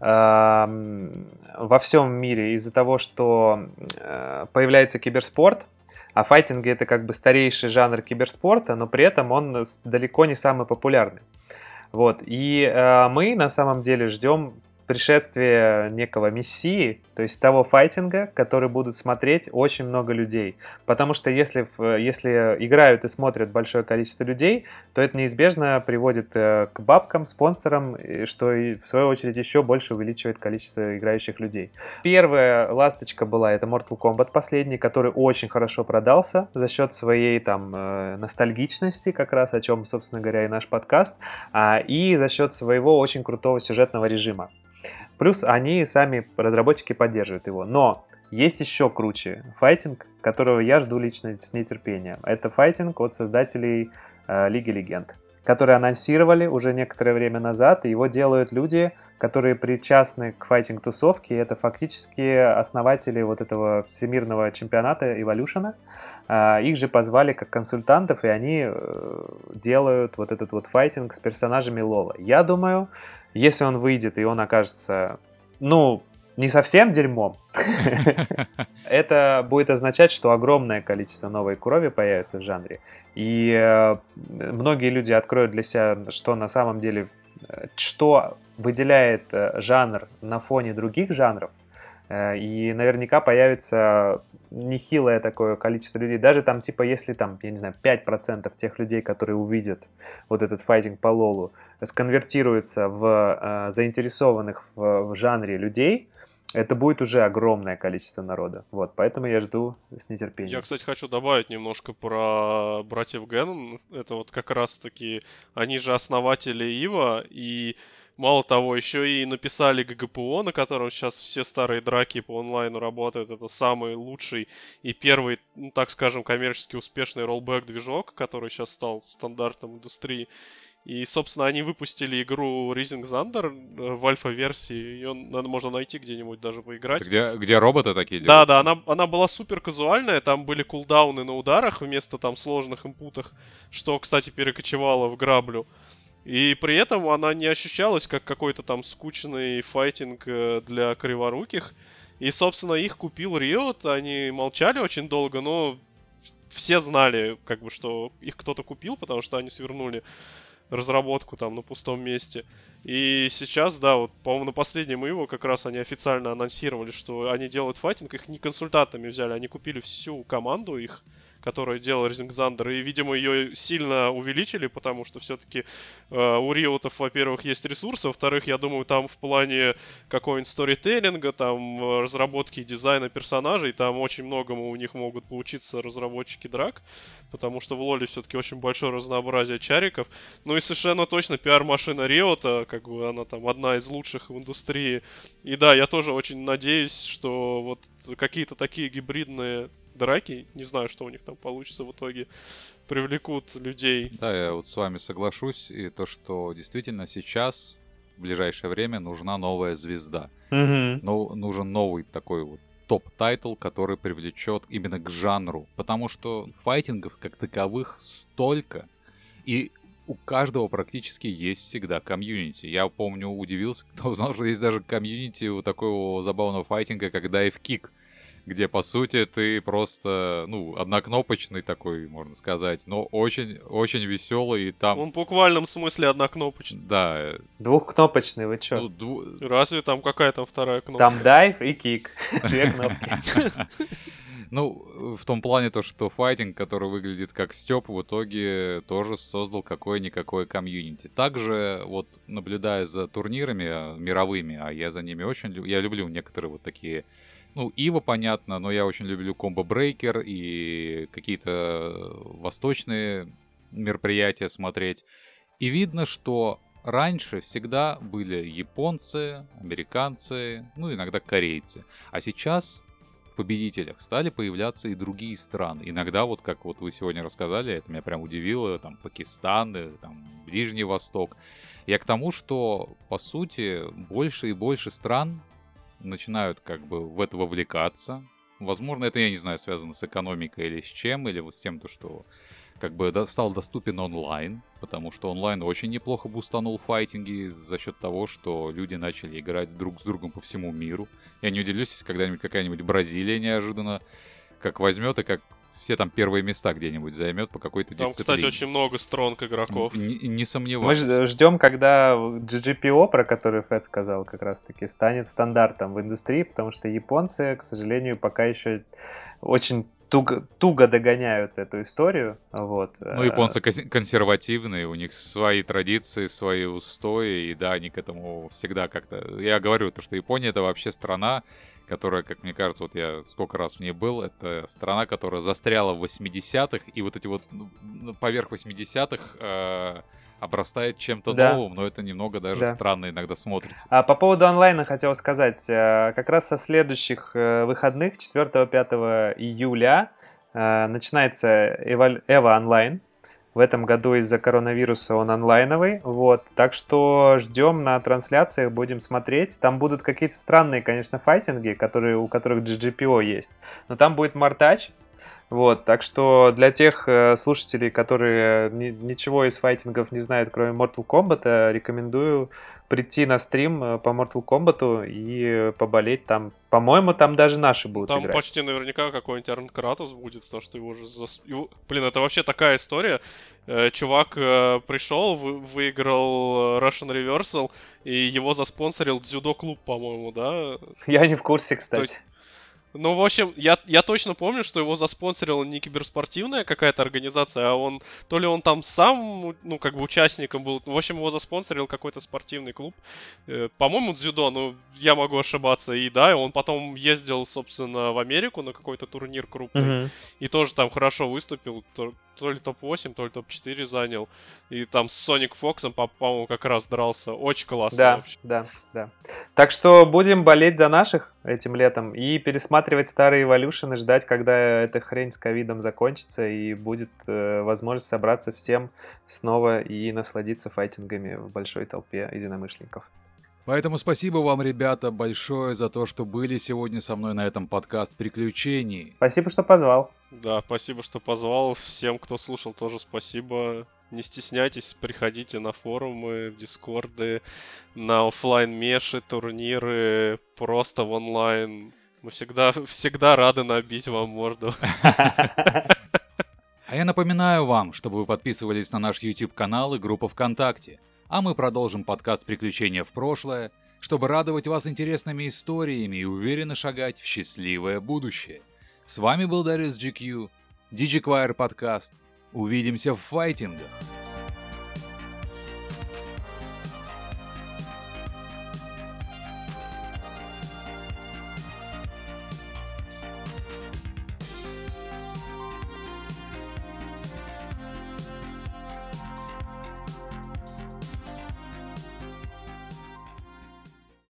э, во всем мире из-за того, что э, появляется киберспорт. А файтинги — это как бы старейший жанр киберспорта, но при этом он далеко не самый популярный. Вот. И э, мы на самом деле ждем пришествия некого мессии, то есть того файтинга, который будут смотреть очень много людей. Потому что если, если играют и смотрят большое количество людей, то это неизбежно приводит к бабкам, спонсорам, что и в свою очередь еще больше увеличивает количество играющих людей. Первая ласточка была это Mortal Kombat последний, который очень хорошо продался за счет своей там ностальгичности, как раз о чем, собственно говоря, и наш подкаст, и за счет своего очень крутого сюжетного режима. Плюс они сами, разработчики, поддерживают его. Но есть еще круче файтинг, которого я жду лично с нетерпением. Это файтинг от создателей э, Лиги Легенд, которые анонсировали уже некоторое время назад. И его делают люди, которые причастны к файтинг-тусовке. Это фактически основатели вот этого всемирного чемпионата Evolution. Э, их же позвали как консультантов, и они э, делают вот этот вот файтинг с персонажами Лола. Я думаю... Если он выйдет и он окажется, ну, не совсем дерьмом, это будет означать, что огромное количество новой крови появится в жанре. И э, многие люди откроют для себя, что на самом деле, что выделяет э, жанр на фоне других жанров. Э, и наверняка появится нехилое такое количество людей. Даже там, типа, если там, я не знаю, пять процентов тех людей, которые увидят вот этот файтинг по лолу, сконвертируются в э, заинтересованных в, в жанре людей, это будет уже огромное количество народа. Вот, поэтому я жду с нетерпением. Я, кстати, хочу добавить немножко про братьев Геннон. Это вот как раз-таки, они же основатели Ива, и мало того, еще и написали ГГПО, на котором сейчас все старые драки по онлайну работают. Это самый лучший и первый, ну, так скажем, коммерчески успешный роллбэк-движок, который сейчас стал стандартом индустрии. И, собственно, они выпустили игру Rising Thunder в альфа-версии. Ее надо, можно найти где-нибудь, даже поиграть. Где, где роботы такие Да, делают? да, она, она была супер казуальная. Там были кулдауны на ударах вместо там сложных инпутов, что, кстати, перекочевало в граблю. И при этом она не ощущалась как какой-то там скучный файтинг для криворуких. И, собственно, их купил Riot. Они молчали очень долго, но все знали, как бы, что их кто-то купил, потому что они свернули разработку там на пустом месте. И сейчас, да, вот, по-моему, на последнем Иво как раз они официально анонсировали, что они делают файтинг, их не консультантами взяли, они купили всю команду их, которая делала Rising Thunder, и, видимо, ее сильно увеличили, потому что все-таки э, у Риотов, во-первых, есть ресурсы, во-вторых, я думаю, там в плане какого-нибудь сторителлинга, там, разработки и дизайна персонажей, там очень многому у них могут поучиться разработчики драк, потому что в Лоле все-таки очень большое разнообразие чариков. Ну и совершенно точно пиар-машина Риота, как бы она там одна из лучших в индустрии. И да, я тоже очень надеюсь, что вот какие-то такие гибридные драки, не знаю, что у них там получится в итоге, привлекут людей. Да, я вот с вами соглашусь, и то, что действительно сейчас, в ближайшее время, нужна новая звезда. Угу. Но нужен новый такой вот топ-тайтл, который привлечет именно к жанру. Потому что файтингов как таковых столько, и у каждого практически есть всегда комьюнити. Я помню, удивился, когда узнал, что есть даже комьюнити у такого забавного файтинга, как Dive Kick, где, по сути, ты просто, ну, однокнопочный такой, можно сказать, но очень-очень веселый, и там... Он в буквальном смысле однокнопочный. Да. Двухкнопочный, вы чё? Ну, дву... Разве там какая там вторая кнопка? Там дайв и кик. Две кнопки. Ну, в том плане то, что файтинг, который выглядит как стёб, в итоге тоже создал какое-никакое комьюнити. Также, вот, наблюдая за турнирами мировыми, а я за ними очень люблю, я люблю некоторые вот такие... Ну, Ива, понятно, но я очень люблю Combo Breaker и какие-то восточные мероприятия смотреть. И видно, что раньше всегда были японцы, американцы, ну, иногда корейцы. А сейчас в победителях стали появляться и другие страны. Иногда, вот как вот вы сегодня рассказали, это меня прям удивило, там, Пакистан, там, Ближний Восток. Я к тому, что, по сути, больше и больше стран начинают как бы в это вовлекаться. Возможно, это, я не знаю, связано с экономикой или с чем, или вот с тем, то, что как бы стал доступен онлайн, потому что онлайн очень неплохо бустанул файтинги за счет того, что люди начали играть друг с другом по всему миру. Я не удивлюсь, если когда-нибудь какая-нибудь Бразилия неожиданно как возьмет и как все там первые места где-нибудь займет по какой-то Там, дисциплине. кстати, очень много стронг игроков. Не, не Мы сомневаюсь. ждем, когда джи джи пи о, про который Фэт сказал, как раз-таки станет стандартом в индустрии, потому что японцы, к сожалению, пока еще очень туго, туго догоняют эту историю. Вот. Ну, японцы консервативные, у них свои традиции, свои устои, и да, они к этому всегда как-то... Я говорю, то, что Япония — это вообще страна, которая, как мне кажется, вот я сколько раз в ней был, это страна, которая застряла в восьмидесятых, и вот эти вот ну, поверх восьмидесятых э, обрастает чем-то Да. новым, но это немного даже Да. странно иногда смотрится. А по поводу онлайна хотел сказать, э, как раз со следующих э, выходных, четвёртого-пятого июля, э, начинается Эва, Эва онлайн. В этом году из-за коронавируса он онлайновый, вот, так что ждем на трансляциях, будем смотреть. Там будут какие-то странные, конечно, файтинги, которые, у которых джи джи пи о есть, но там будет мортач, вот, так что для тех э, слушателей, которые ни, ничего из файтингов не знают, кроме Mortal Kombat, рекомендую прийти на стрим э, по Mortal Kombat и поболеть там. По-моему, там даже наши будут Там играть. почти наверняка какой-нибудь Арн Кратос будет, потому что его же... Зас... его- Блин, это вообще такая история. Э, Чувак э, пришел, вы- выиграл э, Russian Reversal, и его заспонсорил дзюдо-клуб, по-моему, да? Я не в курсе, кстати. есть- Ну, в общем, я, я точно помню, что его заспонсорила не киберспортивная какая-то организация, а он... То ли он там сам, ну, как бы участником был. В общем, его заспонсорил какой-то спортивный клуб. Э, По-моему, дзюдо, ну, я могу ошибаться. И да, и он потом ездил, собственно, в Америку на какой-то турнир крупный. Мгм. И тоже там хорошо выступил. То, то ли топ восемь, то ли топ четыре занял. И там с Соник Фоксом, по- по-моему, как раз дрался. Очень классно Да, вообще. да, да. Так что будем болеть за наших этим летом и пересматривать старые Evolution и ждать, когда эта хрень с ковидом закончится и будет э, возможность собраться всем снова и насладиться файтингами в большой толпе единомышленников. Поэтому спасибо вам, ребята, большое за то, что были сегодня со мной на этом подкаст приключений. Спасибо, что позвал. Да, спасибо, что позвал. Всем, кто слушал, тоже спасибо. Не стесняйтесь, приходите на форумы, в дискорды, на оффлайн меши, турниры, просто в онлайн. Мы всегда, всегда рады набить вам морду. А я напоминаю вам, чтобы вы подписывались на наш YouTube-канал и группу ВКонтакте. А мы продолжим подкаст «Приключения в прошлое», чтобы радовать вас интересными историями и уверенно шагать в счастливое будущее. С вами был Darius джи кью, DigiQuire подкаст. Увидимся в файтингах!